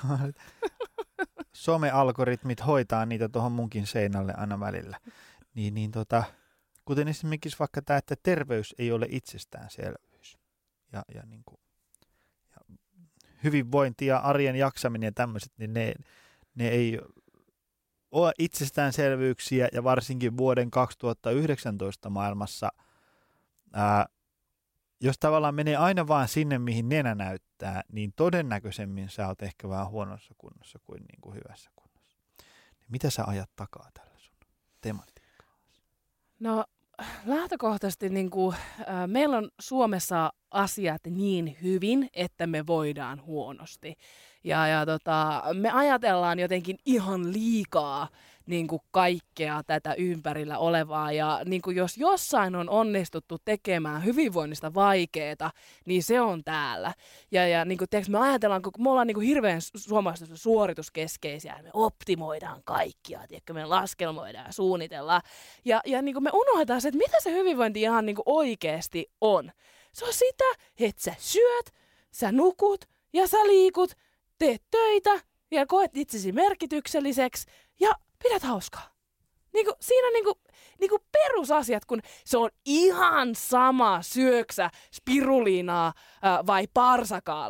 Some-algoritmit hoitaa niitä tuohon munkin seinälle aina välillä. Niin, niin tota, kuten esimerkiksi vaikka tämä, että terveys ei ole itsestäänselvyys. Ja, ja, niin kuin, ja hyvinvointi ja arjen jaksaminen ja tämmöiset, niin ne, ne ei ole itsestäänselvyyksiä ja varsinkin vuoden kaksituhattayhdeksäntoista maailmassa, ää, jos tavallaan menee aina vaan sinne, mihin nenä näyttää, niin todennäköisemmin sä oot ehkä vähän huonossa kunnossa kuin, niin kuin hyvässä kunnossa. Mitä sä ajat takaa tällä sun tematiikalla? No lähtökohtaisesti niin kuin, äh, meillä on Suomessa asiat niin hyvin, että me voidaan huonosti. Ja, ja tota, me ajatellaan jotenkin ihan liikaa niin kuin kaikkea tätä ympärillä olevaa. Ja niin kuin jos jossain on onnistuttu tekemään hyvinvoinnista vaikeaa, niin se on täällä. Ja, ja niin kuin, tiedätkö, me ajatellaan, kun me ollaan niin kuin hirveän suomalaisessa suorituskeskeisiä, me optimoidaan kaikkia, tiedätkö, me laskelmoidaan ja suunnitellaan. Ja, ja niin kuin me unohdetaan se, että mitä se hyvinvointi ihan niin kuin oikeasti on. Se on sitä, että sä syöt, sä nukut ja sä liikut, teet töitä ja koet itsesi merkitykselliseksi ja pidät hauskaa. Niinku, siinä on niinku, niinku perusasiat, kun se on ihan sama syöksä spiruliinaa ää, vai parsakaalia.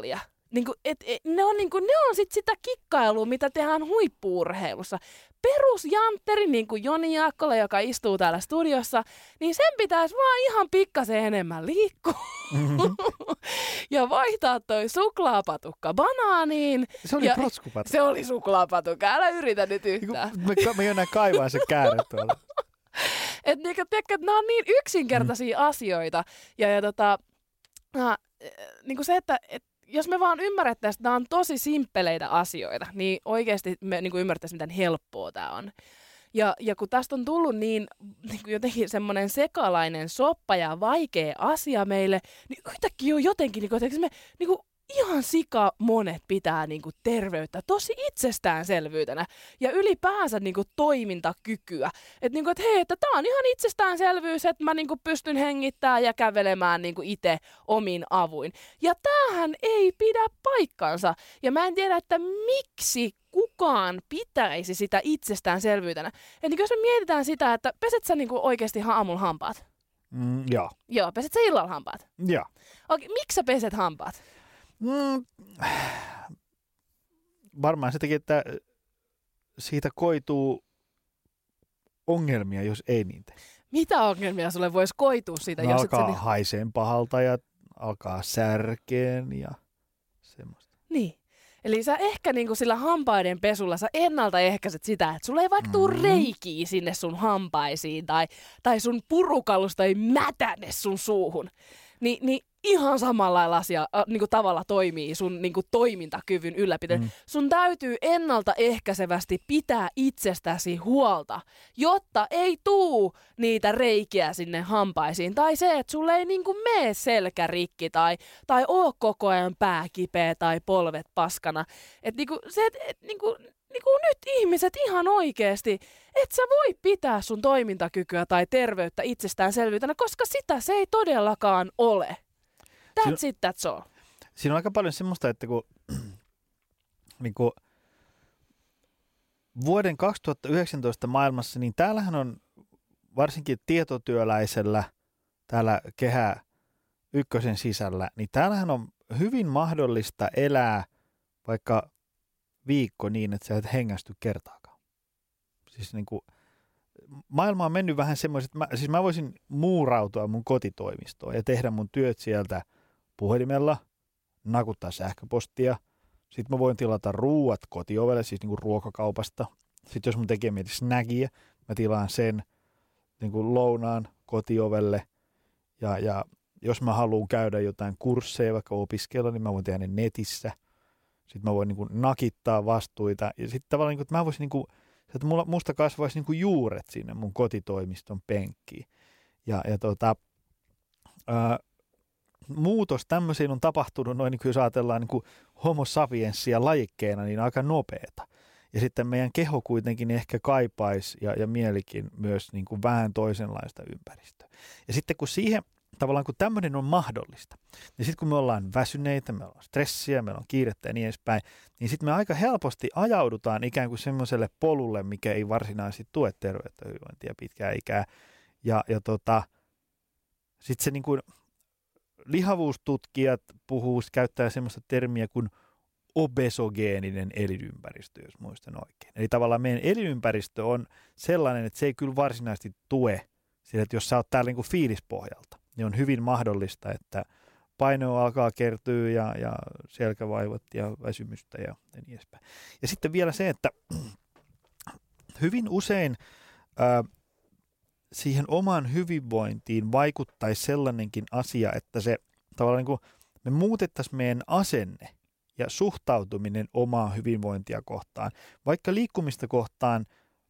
Niinku, et, et, ne on, niinku, ne on sit sitä kikkailua, mitä tehdään huippu-urheilussa. Perusjantteri, niin kuin Joni Jaakkola, joka istuu täällä studiossa, niin sen pitäisi vaan ihan pikkasen enemmän liikkua. Mm-hmm. ja vaihtaa toi suklaapatukka banaaniin. Se oli ja protskupatukka. Se oli suklaapatukka, älä yritä nyt yhtään. Me, me jo näin kaivaa se käärä tuolla. Et niinku, tiedätkö, että nämä on niin yksinkertaisia mm. asioita. Ja, ja tota, äh, niinku se, että et, jos me vaan ymmärrettäisiin, että nämä on tosi simppeleitä asioita, niin oikeasti me niin kuin ymmärrettäisiin, miten helppoa tämä on. Ja, ja kun tästä on tullut niin, niin kuin jotenkin semmoinen sekalainen soppa ja vaikea asia meille, niin yhtäkkiä on jotenkin, niin kuin, että me niin kuin ihan sika monet pitää niin kuin terveyttä tosi itsestäänselvyytenä ja ylipäänsä niin kuin toimintakykyä. Että niin kuin, et hei, että tää on ihan itsestäänselvyys, että mä niin kuin pystyn hengittämään ja kävelemään niin kuin itse omin avuin. Ja tämähän ei pidä paikkansa. Ja mä en tiedä, että miksi kukaan pitäisi sitä itsestäänselvyytenä. Että niin jos me mietitään sitä, että peset sä niin kuin oikeasti aamulla hampaat? Mm, joo. Joo, peset sä illalla hampaat? Joo. Okei, miksi sä peset hampaat? Mm, varmaan se takia, että siitä koituu ongelmia, jos ei niitä. Mitä ongelmia sulle voisi koitua siitä? No jos alkaa et sä... haiseen pahalta ja alkaa särkeen ja semmoista. Niin. Eli sä ehkä niinku sillä hampaiden pesulla sä ennaltaehkäiset sitä, että sulla ei vaikka tuu mm. reikiä sinne sun hampaisiin tai, tai sun purukalusta ei mätäne sun suuhun. Ni, niin ihan samalla lailla asia, äh, niinku tavalla toimii sun niinku toimintakyvyn ylläpito. Mm. Sun täytyy ennaltaehkäisevästi pitää itsestäsi huolta, jotta ei tuu niitä reikiä sinne hampaisiin. Tai se, että sulle ei niinku mene selkä rikki tai, tai oo koko ajan pää kipeä tai polvet paskana. Et niinku se, et, et, niinku, niinku nyt ihmiset ihan oikeesti, et sä voi pitää sun toimintakykyä tai terveyttä itsestäänselvyytenä, koska sitä se ei todellakaan ole. That's Siin, it, that's all. Siinä on aika paljon semmoista, että kun, niin kuin vuoden kaksituhattayhdeksäntoista maailmassa, niin täällähän on varsinkin tietotyöläisellä täällä Kehä ykkösen sisällä, niin täällähän on hyvin mahdollista elää vaikka viikko niin, että sä et hengästy kertaakaan. Siis niin kuin, maailma on mennyt vähän semmoiset, mä, siis mä voisin muurautua mun kotitoimistoon ja tehdä mun työt sieltä puhelimella, nakuttaa sähköpostia. Sitten mä voin tilata ruuat kotiovelle, siis niinku ruokakaupasta. Sitten jos mun tekee mieli snackia, mä tilaan sen niinku lounaan kotiovelle. Ja, ja jos mä haluan käydä jotain kursseja, vaikka opiskella, niin mä voin tehdä ne netissä. Sitten mä voin niinku nakittaa vastuita. Ja sitten tavallaan, niinku, että mä voisin, niinku, että mulla, musta kasvaisi niinku juuret sinne mun kotitoimiston penkkiin. Ja, ja tota... Ää, muutos tämmöisiin on tapahtunut, noin niin kuin jos ajatellaan niin kuin homo sapiensia lajikkeena, niin aika nopeata. Ja sitten meidän keho kuitenkin ehkä kaipaisi ja, ja mielikin myös niin kuin vähän toisenlaista ympäristöä. Ja sitten kun siihen, tavallaan kun tämmöinen on mahdollista, niin sitten kun me ollaan väsyneitä, me ollaan stressiä, meillä on kiirettä ja niin edespäin, niin sitten me aika helposti ajaudutaan ikään kuin semmoiselle polulle, mikä ei varsinaisesti tue terveyttä, hyvinvointia pitkää ikää. Ja, ja tota, sitten se niin kuin lihavuustutkijat puhuu, käyttää semmoista termiä kuin obesogeeninen elinympäristö, jos muistan oikein. Eli tavallaan meidän elinympäristö on sellainen, että se ei kyllä varsinaisesti tue sillä, että jos sä oot täällä niin kuin fiilispohjalta, niin on hyvin mahdollista, että paino alkaa kertyä ja, ja selkävaivat ja väsymystä ja, ja niin edespäin. Ja sitten vielä se, että hyvin usein ää, siihen omaan hyvinvointiin vaikuttaisi sellainenkin asia, että se tavallaan niin kuin me muutettaisiin meidän asenne ja suhtautuminen omaa hyvinvointia kohtaan, vaikka liikkumista kohtaan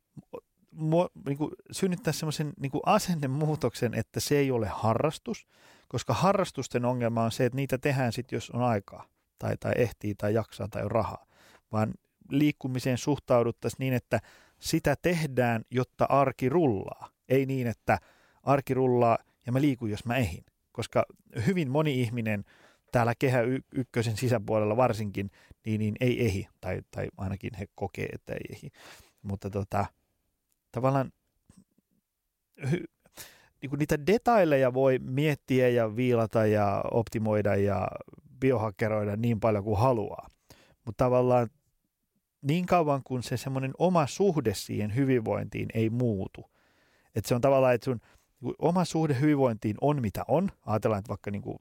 niin kuin synnyttäisi semmoisen niin kuin asennemuutoksen, että se ei ole harrastus, koska harrastusten ongelma on se, että niitä tehdään sitten, jos on aikaa tai, tai ehtii tai jaksaa tai on rahaa, vaan liikkumiseen suhtauduttaisiin niin, että sitä tehdään, jotta arki rullaa. Ei niin, että arki rullaa ja mä liikun, jos mä ehin. Koska hyvin moni ihminen täällä Kehä y- ykkösen sisäpuolella varsinkin, niin, niin ei ehi. Tai, tai ainakin he kokee, että ei ehi. Mutta tota, tavallaan hy, niin kuin niitä detaileja voi miettiä ja viilata ja optimoida ja biohakeroida niin paljon kuin haluaa. Mutta tavallaan niin kauan kuin se semmoinen oma suhde siihen hyvinvointiin ei muutu. Että se on tavallaan, että sun oma suhde hyvinvointiin on mitä on. Ajatellaan, että vaikka niin kuin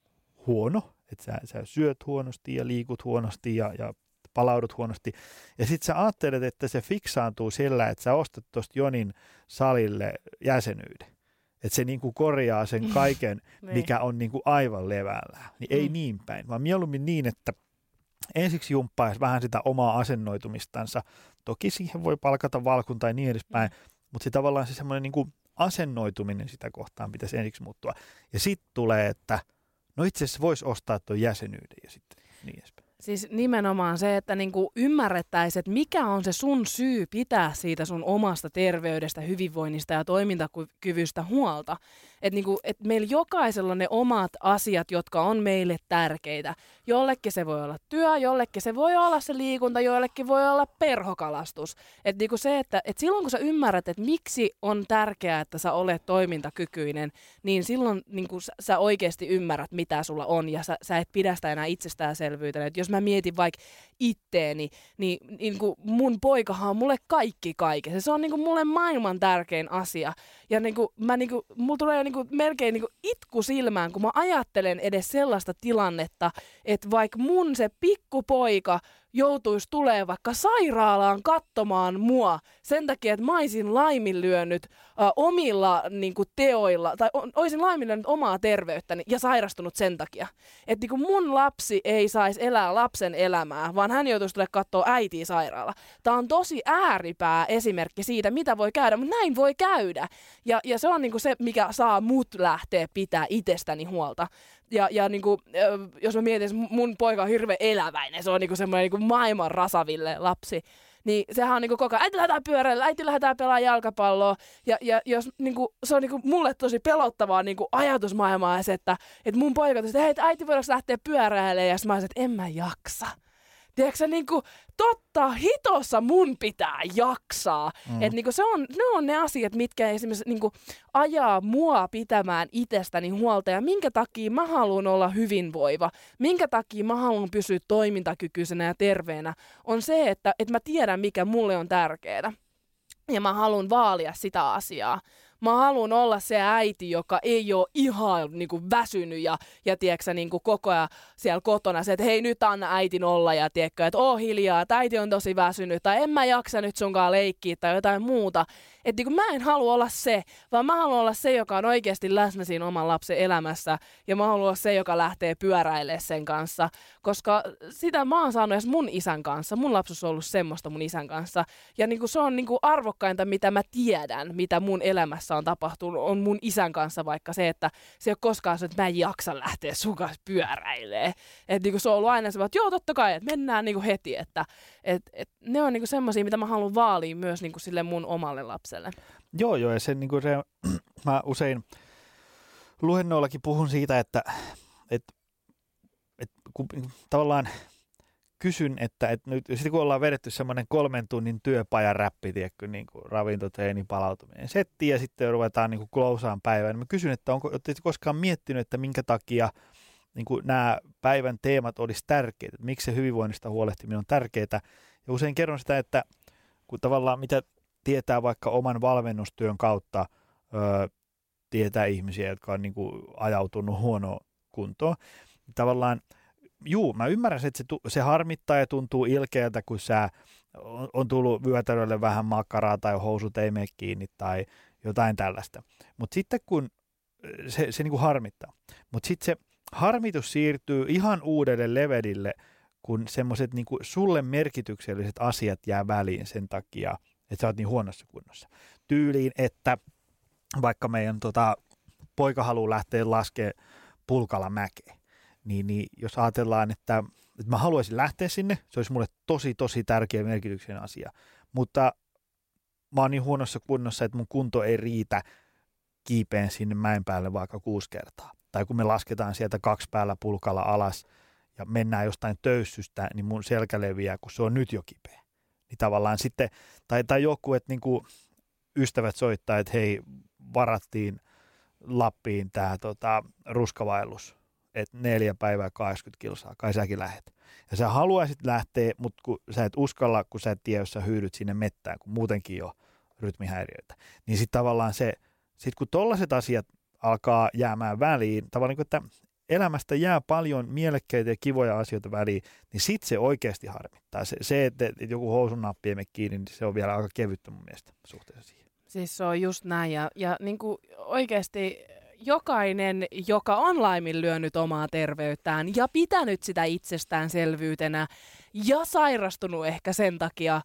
huono, että sä, sä syöt huonosti ja liikut huonosti ja, ja palaudut huonosti. Ja sitten sä ajattelet, että se fiksaantuu sillä, että sä ostat tuosta Jonin salille jäsenyyden. Että se niinku korjaa sen kaiken, mikä on niinku aivan levällään. Niin ei mm. niin päin, vaan mieluummin niin, että ensiksi jumppaisi vähän sitä omaa asennoitumistansa. Toki siihen voi palkata valkun tai niin edespäin, mm. mutta se tavallaan se semmoinen niinku asennoituminen sitä kohtaan pitäisi ensiksi muuttua. Ja sitten tulee, että no itse asiassa voisi ostaa tuon jäsenyyden ja sitten niin edespäin. Siis nimenomaan se, että niinku ymmärrettäisiin, että mikä on se sun syy pitää siitä sun omasta terveydestä, hyvinvoinnista ja toimintakyvystä huolta. Että niinku, et meillä jokaisella on ne omat asiat, jotka on meille tärkeitä. Jollekin se voi olla työ, jollekin se voi olla se liikunta, jollekin voi olla perhokalastus. Että niinku se, että et silloin kun sä ymmärrät, että miksi on tärkeää, että sä olet toimintakykyinen, niin silloin niinku sä, sä oikeasti ymmärrät, mitä sulla on ja sä, sä et pidä sitä enää itsestäänselvyytenä. Että jos mä mietin vaikka itteeni, niin, niin kuin mun poikahan on mulle kaikki kaikessa. Se on niin kuin mulle maailman tärkein asia. Ja niin kuin, mä niin kuin, mulla tulee niin kuin melkein niin kuin itku silmään, kun mä ajattelen edes sellaista tilannetta, että vaikka mun se pikkupoika joutuisi tulemaan vaikka sairaalaan katsomaan mua sen takia, että mä olisin laiminlyönyt ä, omilla niin kuin teoilla, tai o, olisin laiminlyönyt omaa terveyttäni ja sairastunut sen takia. Että niin kuin mun lapsi ei saisi elää lapsen elämää, vaan hän joutuisi tulemaan katsoa äitiä sairaala. Tämä on tosi ääripää esimerkki siitä, mitä voi käydä, mutta näin voi käydä. Ja, ja se on niin kuin se, mikä saa mut lähteä pitää itsestäni huolta. Ja, ja niin kuin, jos mä mietin, mun poika on hirveän eläväinen, se on niin kuin semmoinen niin kuin maailman rasaville lapsi, niin sehän on niin kuin koko ajan, äiti lähdetään pyörällä, äiti lähdetään pelaamaan jalkapalloa. Ja, ja jos, niin kuin, se on niin kuin mulle tosi pelottavaa niin kuin ajatusmaailmaa, että, että mun poika tuli, että hei, äiti voidaanko lähteä pyöräilemään, ja mä olisin, että en mä jaksa. Tiedätkö niin kuin, totta hitossa mun pitää jaksaa. Mm. Että niin se on, ne on ne asiat, mitkä esimerkiksi niin kuin, ajaa mua pitämään itsestäni huolta. Ja minkä takia mä haluan olla hyvinvoiva, minkä takia mä haluan pysyä toimintakykyisenä ja terveenä, on se, että, että mä tiedän, mikä mulle on tärkeää. Ja mä haluan vaalia sitä asiaa. Mä haluan olla se äiti, joka ei ole ihan niin kuin väsynyt ja, ja tiedätkö, niin kuin koko ajan siellä kotona se, että hei nyt anna äitin olla ja tiedätkö, että oo hiljaa, että äiti on tosi väsynyt tai en mä jaksa nyt sunkaan leikkiä tai jotain muuta. Että niin mä en halua olla se, vaan mä haluan olla se, joka on oikeasti läsnä siinä oman lapsen elämässä ja mä haluan olla se, joka lähtee pyöräilemään sen kanssa, koska sitä mä oon saanut edes mun isän kanssa. Mun lapsuus on ollut semmoista mun isän kanssa ja niin kuin se on niin kuin arvokkainta, mitä mä tiedän, mitä mun elämässä on tapahtunut, on mun isän kanssa vaikka se, että se ei ole koskaan se, että mä en jaksa lähteä sun kanssa pyöräilemään. Että niin kuin se on ollut aina se, että joo totta kai, että mennään niin kuin heti, että et, et, ne on niin kuin semmoisia, mitä mä haluan vaalia myös niin kuin sille mun omalle lapselle. Joo, joo, ja se, niin kuin se, mä usein luennoillakin puhun siitä, että et, et, kun, tavallaan kysyn, että et nyt sitten kun ollaan vedetty semmoinen kolmen tunnin työpajan räppi, tiedätkö, niin kuin ravinto, treeni, palautuminen, setti, ja sitten ruvetaan niin kuin klousaan päivään, niin mä kysyn, että onko olette koskaan miettinyt, että minkä takia niin kuin nämä päivän teemat olisi tärkeitä, että miksi se hyvinvoinnista huolehtiminen on tärkeää, ja usein kerron sitä, että kun tavallaan mitä tietää vaikka oman valmennustyön kautta, öö, tietää ihmisiä, jotka on niin kuin ajautunut huonoon kuntoon, tavallaan juu, mä ymmärrän, että se, se harmittaa ja tuntuu ilkeältä, kun sä on, on tullut vyötärölle vähän makkaraa tai housut ei mene kiinni tai jotain tällaista. Mutta sitten kun se, se niinku harmittaa, mutta sitten se harmitus siirtyy ihan uudelle levelille, kun semmoiset niinku sulle merkitykselliset asiat jää väliin sen takia, että sä oot niin huonossa kunnossa. Tyyliin, että vaikka meidän tota, poika haluaa lähteä laskemaan Pulkala mäkeen, Niin, niin jos ajatellaan, että, että mä haluaisin lähteä sinne, se olisi mulle tosi, tosi tärkeä merkityksen asia. Mutta mä oon niin huonossa kunnossa, että mun kunto ei riitä kiipeen sinne mäen päälle vaikka kuusi kertaa. Tai kun me lasketaan sieltä kaksi päällä pulkalla alas ja mennään jostain töyssystä, niin mun selkä leviää, kun se on nyt jo kipeä. Niin tavallaan sitten, tai, tai joku, että niinku ystävät soittaa, että hei, varattiin Lappiin tämä tota, ruskavaellus. että neljä päivää kahdeksankymmentä kilsaa, kai säkin lähet. Ja sä haluaisit lähteä, mutta kun sä et uskalla, kun sä et tiedä, jos sä hyydyt sinne mettään, kun muutenkin jo rytmihäiriöitä. Niin sitten tavallaan se, sit kun tollaiset asiat alkaa jäämään väliin, tavallaan niin että elämästä jää paljon mielekkäitä ja kivoja asioita väliin, niin sitten se oikeasti harmittaa. Se, se että, että joku housun nappi ei mene kiinni, niin se on vielä aika kevyttä mun mielestä suhteessa siihen. Siis se on just näin ja, ja niin kuin oikeasti jokainen, joka on laiminlyönyt omaa terveyttään ja pitänyt sitä itsestäänselvyytenä ja sairastunut ehkä sen takia,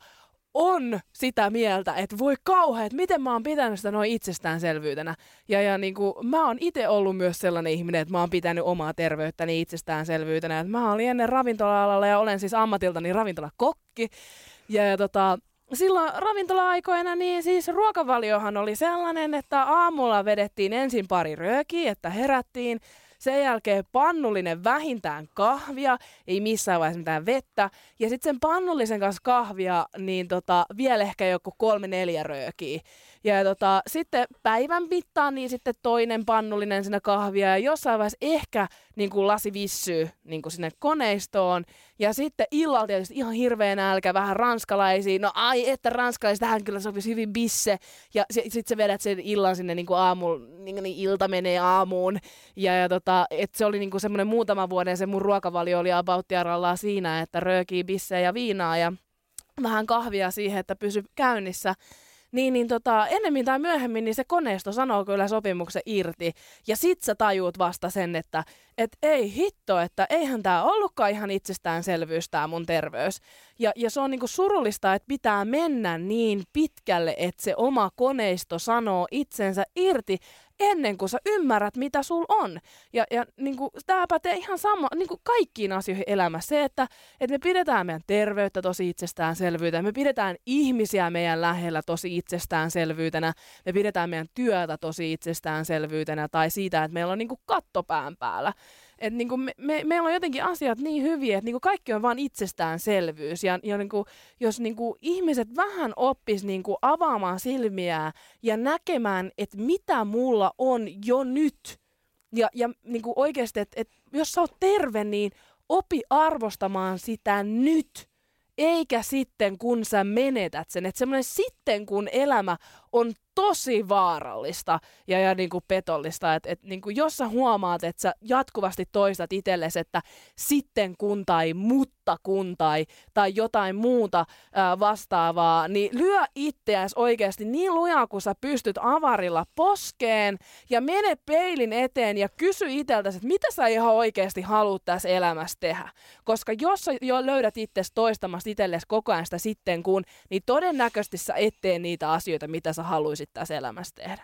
on sitä mieltä, että voi kauhean, että miten mä oon pitänyt sitä noin itsestäänselvyytenä. Ja, ja niin kuin, mä oon itse ollut myös sellainen ihminen, että mä oon pitänyt omaa terveyttäni itsestäänselvyytenä. Että mä olin ennen ravintola-alalla ja olen siis ammatiltani ravintolakokki. Ja, ja tota, silloin ravintola-aikoina niin siis ruokavaliohan oli sellainen, että aamulla vedettiin ensin pari röökiä, että herättiin. Sen jälkeen pannullinen vähintään kahvia, ei missään vaiheessa mitään vettä. Ja sitten sen pannullisen kanssa kahvia, niin tota, vielä ehkä joku kolme neljä röökiä. Ja tota, sitten päivän mittaan niin sitten toinen pannullinen sinne kahvia ja jossain vaiheessa ehkä niin kuin lasi vissyy niin kuin sinne koneistoon. Ja sitten illalla tietysti ihan hirveä nälkä, vähän ranskalaisia. No ai, että ranskalaisia, tähän kyllä sopisi hyvin bisse. Ja sitten sä vedät sen illan sinne niin kuin aamulla, niin, niin ilta menee aamuun. Ja, ja tota, että se oli niin kuin semmoinen muutama vuoden, se mun ruokavalio oli about siinä, että röökiä, bissejä ja viinaa ja vähän kahvia siihen, että pysy käynnissä. Niin, niin tota, ennemmin tai myöhemmin niin se koneisto sanoo kyllä sopimuksen irti. Ja sit sä tajuut vasta sen, että et ei hitto, että eihän tää ollutkaan ihan itsestäänselvyys tää mun terveys. Ja, ja se on niinku surullista, että pitää mennä niin pitkälle, että se oma koneisto sanoo itsensä irti ennen kuin sä ymmärrät, mitä sul on. Ja, ja niinku, tää pätee ihan sama niinku kaikkiin asioihin elämässä. Se, että, että me pidetään meidän terveyttä tosi itsestäänselvyytenä, me pidetään ihmisiä meidän lähellä tosi itsestäänselvyytenä, me pidetään meidän työtä tosi itsestäänselvyytenä tai siitä, että meillä on niinku katto pään päällä. Että niinku me, me, meillä on jotenkin asiat niin hyviä, että niinku kaikki on vaan itsestäänselvyys. Ja, ja niinku, jos niinku ihmiset vähän oppis niinku avaamaan silmiä ja näkemään, että mitä mulla on jo nyt. Ja, ja niinku oikeasti, että et, jos sä oot terve, niin opi arvostamaan sitä nyt. Eikä sitten, kun sä menetät sen. Että semmoinen sitten, kun elämä on tosi vaarallista ja, ja niin kuin petollista. Että et, niin kuin jos sä huomaat, että sä jatkuvasti toistat itsellesi, että sitten kun tai mutta kun tai, tai jotain muuta ää, vastaavaa, niin lyö itseäsi oikeasti niin lujaa, kun sä pystyt avarilla poskeen ja mene peilin eteen ja kysy itseltäsi, että mitä sä ihan oikeasti haluat tässä elämässä tehdä. Koska jos sä jo löydät itsesi toistamassa itsellesi koko ajan sitä sitten kun, niin todennäköisesti sä et tee niitä asioita, mitä sä haluaisit tässä elämässä tehdä.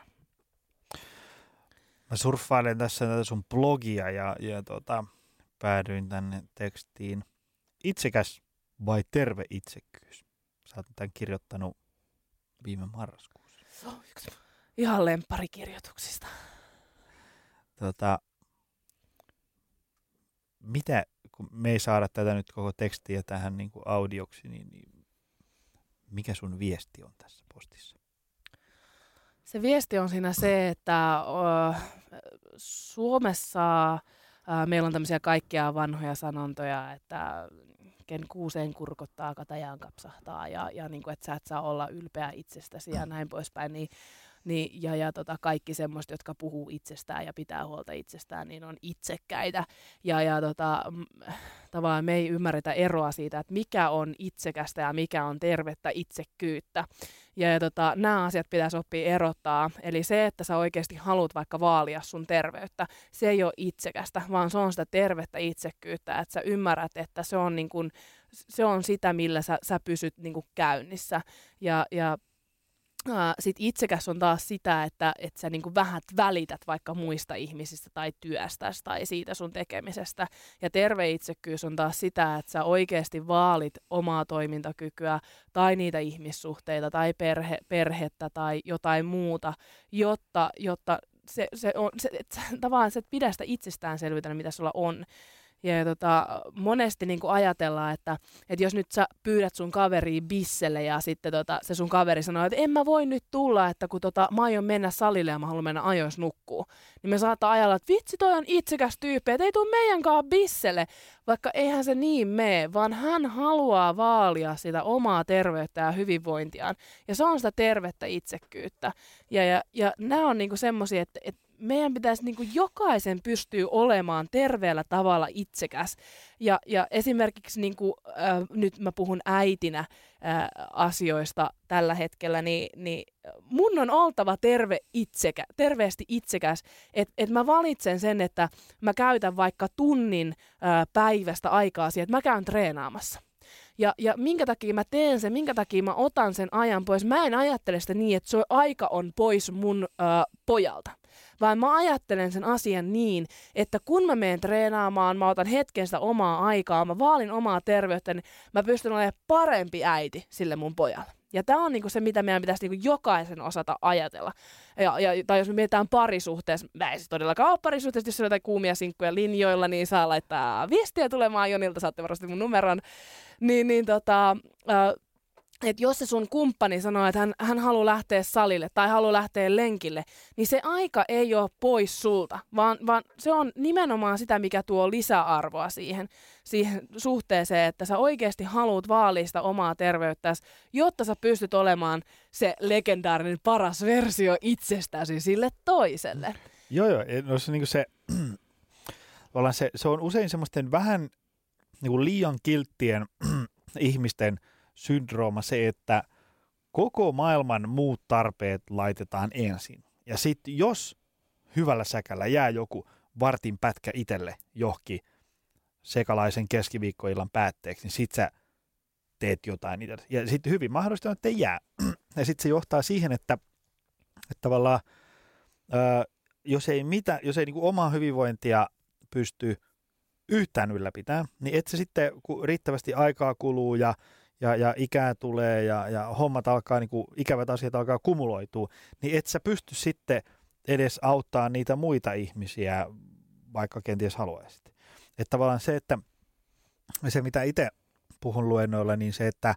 Mä surffailen tässä tätä sun blogia ja, ja tota, päädyin tänne tekstiin. Itsekäs vai terve itsekkyys? Sä oot tämän kirjoittanut viime marraskuussa. Ihan lempparikirjoituksista. Tota, mitä, kun me ei saada tätä nyt koko tekstiä tähän niin kuin audioksi, niin, niin mikä sun viesti on tässä postissa? Se viesti on siinä se, että uh, Suomessa uh, meillä on tämmöisiä kaikkia vanhoja sanontoja, että ken kuuseen kurkottaa, katajaan kapsahtaa ja, ja niin kuin, että sä et saa olla ylpeä itsestäsi ja näin poispäin. Niin, niin, ja ja tota, kaikki semmoista, jotka puhuu itsestään ja pitää huolta itsestään, niin on itsekkäitä. Ja, ja tota, tavallaan me ei ymmärretä eroa siitä, että mikä on itsekästä ja mikä on tervettä itsekkyyttä. Ja, ja tota, nämä asiat pitäisi oppia erottaa. Eli se, että sä oikeasti haluat vaikka vaalia sun terveyttä, se ei ole itsekästä, vaan se on sitä tervettä itsekkyyttä. Että sä ymmärrät, että se on, niin kun, se on sitä, millä sä, sä pysyt niin kun käynnissä. Ja, ja Sitten itsekäs on taas sitä, että, että sä niinku vähän välität vaikka muista ihmisistä tai työstäsi tai siitä sun tekemisestä. Ja terve itsekkyys on taas sitä, että sä oikeasti vaalit omaa toimintakykyä tai niitä ihmissuhteita tai perhe, perhettä tai jotain muuta, jotta, jotta se, se on, se, et, tavallaan sä et pidä sitä itsestäänselvyytenä, mitä sulla on. Ja, ja tota, monesti niin kuin ajatellaan, että, että jos nyt sä pyydät sun kaveriin bisselle ja sitten tota, se sun kaveri sanoo, että en mä voi nyt tulla, että kun tota, mä aion mennä salille ja mä haluan mennä ajois nukkuu, niin me saattaa ajalla, että vitsi toi on itsekäs tyyppi, että ei tuu meidänkaan bisselle, vaikka eihän se niin mene, vaan hän haluaa vaalia sitä omaa terveyttä ja hyvinvointiaan. Ja se on sitä tervettä itsekkyyttä. Ja, ja, ja nämä on niinku semmoisia, että, että meidän pitäisi niinku jokaisen pystyä olemaan terveellä tavalla itsekäs. Ja, ja esimerkiksi niinku, äh, nyt mä puhun äitinä äh, asioista tällä hetkellä, niin, niin mun on oltava terve itsekä, terveesti itsekäs, että et mä valitsen sen, että mä käytän vaikka tunnin äh, päivästä aikaa siihen, että mä käyn treenaamassa. Ja, ja minkä takia mä teen sen, minkä takia mä otan sen ajan pois. Mä en ajattele sitä niin, että se aika on pois mun ö, pojalta. Vaan mä ajattelen sen asian niin, että kun mä menen treenaamaan, mä otan hetken sitä omaa aikaa, mä vaalin omaa terveyttä, niin mä pystyn olemaan parempi äiti sille mun pojalle. Ja tämä on niinku se, mitä meidän pitäisi niinku jokaisen osata ajatella. Ja, ja, tai jos me mietitään parisuhteessa, mä en siis todellakaan ole parisuhteessa, jos on jotain kuumia sinkkuja linjoilla, niin saa laittaa viestiä tulemaan Jonilta, saatte varmasti mun numeron. Niin, niin tota, äh, että jos se sun kumppani sanoo, että hän, hän haluaa lähteä salille tai haluaa lähteä lenkille, niin se aika ei ole pois sulta, vaan, vaan se on nimenomaan sitä, mikä tuo lisäarvoa siihen, siihen suhteeseen, että sä oikeasti haluat vaalia sitä omaa terveyttäsi, jotta sä pystyt olemaan se legendaarinen paras versio itsestäsi sille toiselle. Joo, joo. No se, niin se, se, se on usein semmoisten vähän niin kuin liian kilttien ihmisten syndrooma se, että koko maailman muut tarpeet laitetaan ensin. Ja sitten jos hyvällä säkällä jää joku vartin pätkä itselle johonkin sekalaisen keskiviikkoillan päätteeksi, niin sit sä teet jotain itselle. Ja sitten hyvin mahdollista on, että ei jää. Ja sitten se johtaa siihen, että, että tavallaan ää, jos ei, mitä, jos ei niinku omaa hyvinvointia pysty yhtään ylläpitämään, niin et se sitten, kun riittävästi aikaa kuluu ja Ja, ja ikää tulee ja, ja hommat alkaa, niin kuin ikävät asiat alkaa kumuloitua, niin et sä pysty sitten edes auttaa niitä muita ihmisiä, vaikka kenties haluaisit. Että tavallaan se, että se mitä itse puhun luennoilla, niin se, että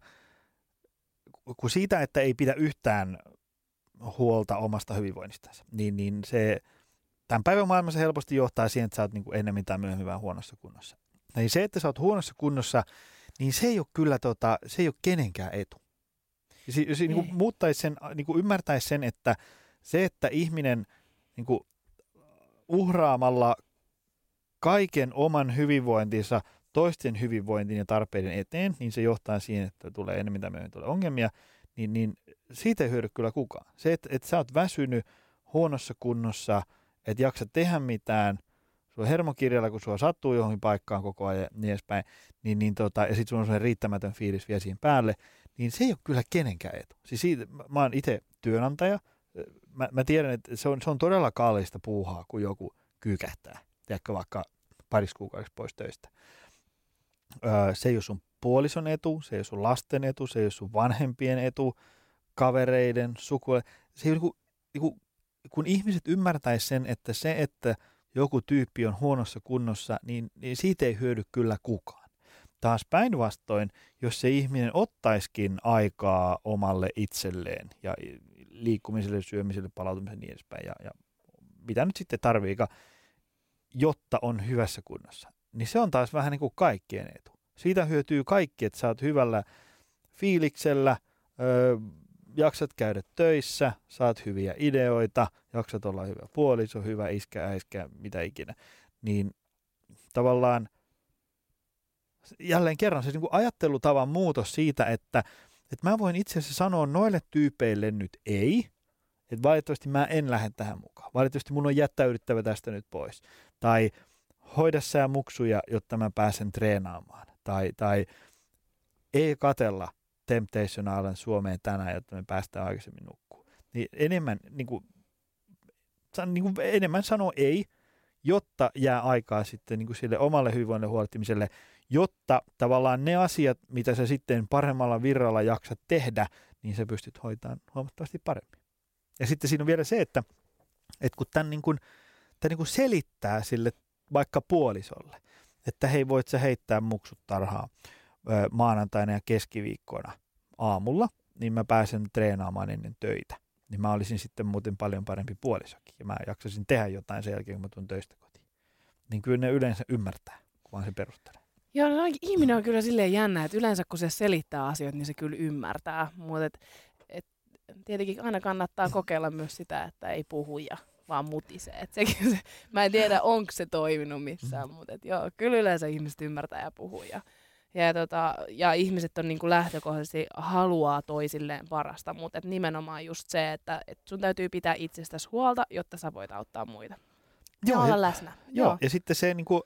kun siitä, että ei pidä yhtään huolta omasta hyvinvoinnistansa, niin, niin se tämän päivän maailmassa helposti johtaa siihen, että sä oot niin kuin ennemmin tai myöhemmin vähän huonossa kunnossa. Niin se, että sä oot huonossa kunnossa, niin se ei ole kyllä tota, se ei ole kenenkään etu. Jos, jos niin kuin muuttaisi sen, niin kuin ymmärtäisi sen, että se, että ihminen niin kuin uhraamalla kaiken oman hyvinvointinsa toisten hyvinvointiin ja tarpeiden eteen, niin se johtaa siihen, että tulee enemmän tai myöhemmin tulee ongelmia, niin, niin siitä ei hyödy kyllä kukaan. Se, että, että sä oot väsynyt huonossa kunnossa, et jaksa tehdä mitään, sulla on hermokirjalla, kun sua sattuu johonkin paikkaan koko ajan ja niin edespäin, niin, niin tota, ja sitten sulla on sellainen riittämätön fiilis vielä siihen päälle, niin se ei ole kyllä kenenkään etu. Siis siitä, mä oon itse työnantaja, mä, mä tiedän, että se on, se on todella kallista puuhaa, kun joku kyykähtää, tiedätkö, vaikka parissa kuukaudeksi pois töistä. Öö, se ei ole sun puolison etu, se ei ole sun lasten etu, se ei ole sun vanhempien etu, kavereiden, sukulaisten. Se ei ole niin kuin, kun ihmiset ymmärtäisivät sen, että se, että joku tyyppi on huonossa kunnossa, niin, niin siitä ei hyödy kyllä kukaan. Taas päinvastoin, jos se ihminen ottaisikin aikaa omalle itselleen ja liikkumiselle, syömiselle, palautumiselle ja niin edespäin, ja, ja mitä nyt sitten tarviikaan, jotta on hyvässä kunnossa, niin se on taas vähän niin kuin kaikkien etu. Siitä hyötyy kaikki, että sä oot hyvällä fiiliksellä, öö, jaksat käydä töissä, saat hyviä ideoita, jaksat olla hyvä puoliso, hyvä iskä, äiskä, mitä ikinä. Niin tavallaan jälleen kerran se niin kuin ajattelutavan muutos siitä, että, että mä voin itse asiassa sanoa noille tyypeille nyt ei, että valitettavasti mä en lähde tähän mukaan. Valitettavasti mun on jättäydyttävä tästä nyt pois. Tai hoida sä muksuja, jotta mä pääsen treenaamaan. Tai, tai ei katella Temptation Island Suomeen tänään, jotta me päästään aikaisemmin nukkuun. Niin enemmän, niin kuin, niin kuin enemmän sanoo ei, jotta jää aikaa sitten niin kuin sille omalle hyvinvoinnille huolehtimiselle, jotta tavallaan ne asiat, mitä sä sitten paremmalla virralla jaksat tehdä, niin sä pystyt hoitamaan huomattavasti paremmin. Ja sitten siinä on vielä se, että, että kun tämän, niin kuin, tämän niin kuin selittää sille vaikka puolisolle, että hei, voit sä heittää muksut tarhaan ö, maanantaina ja keskiviikkoina aamulla, niin mä pääsen treenaamaan ennen töitä. Niin mä olisin sitten muuten paljon parempi puolisokin ja mä jaksasin tehdä jotain sen jälkeen, kun mä tuun töistä kotiin. Niin kyllä ne yleensä ymmärtää, kun vaan se perustelee. Joo, no, ihminen on kyllä silleen jännä, että yleensä kun se selittää asioita, niin se kyllä ymmärtää. Mutta et, et, tietenkin aina kannattaa kokeilla myös sitä, että ei puhu ja vaan mutisee. Et sekin, se, mä en tiedä, onko se toiminut missään, mutta et, joo, kyllä yleensä ihmiset ymmärtää ja puhuu. Ja, ja, tota, ja ihmiset on niinku lähtökohtaisesti haluaa toisilleen parasta, mutta et nimenomaan just se, että et sun täytyy pitää itsestäsi huolta, jotta sä voit auttaa muita. Ja olla läsnä. Joo, joo, ja sitten se niinku,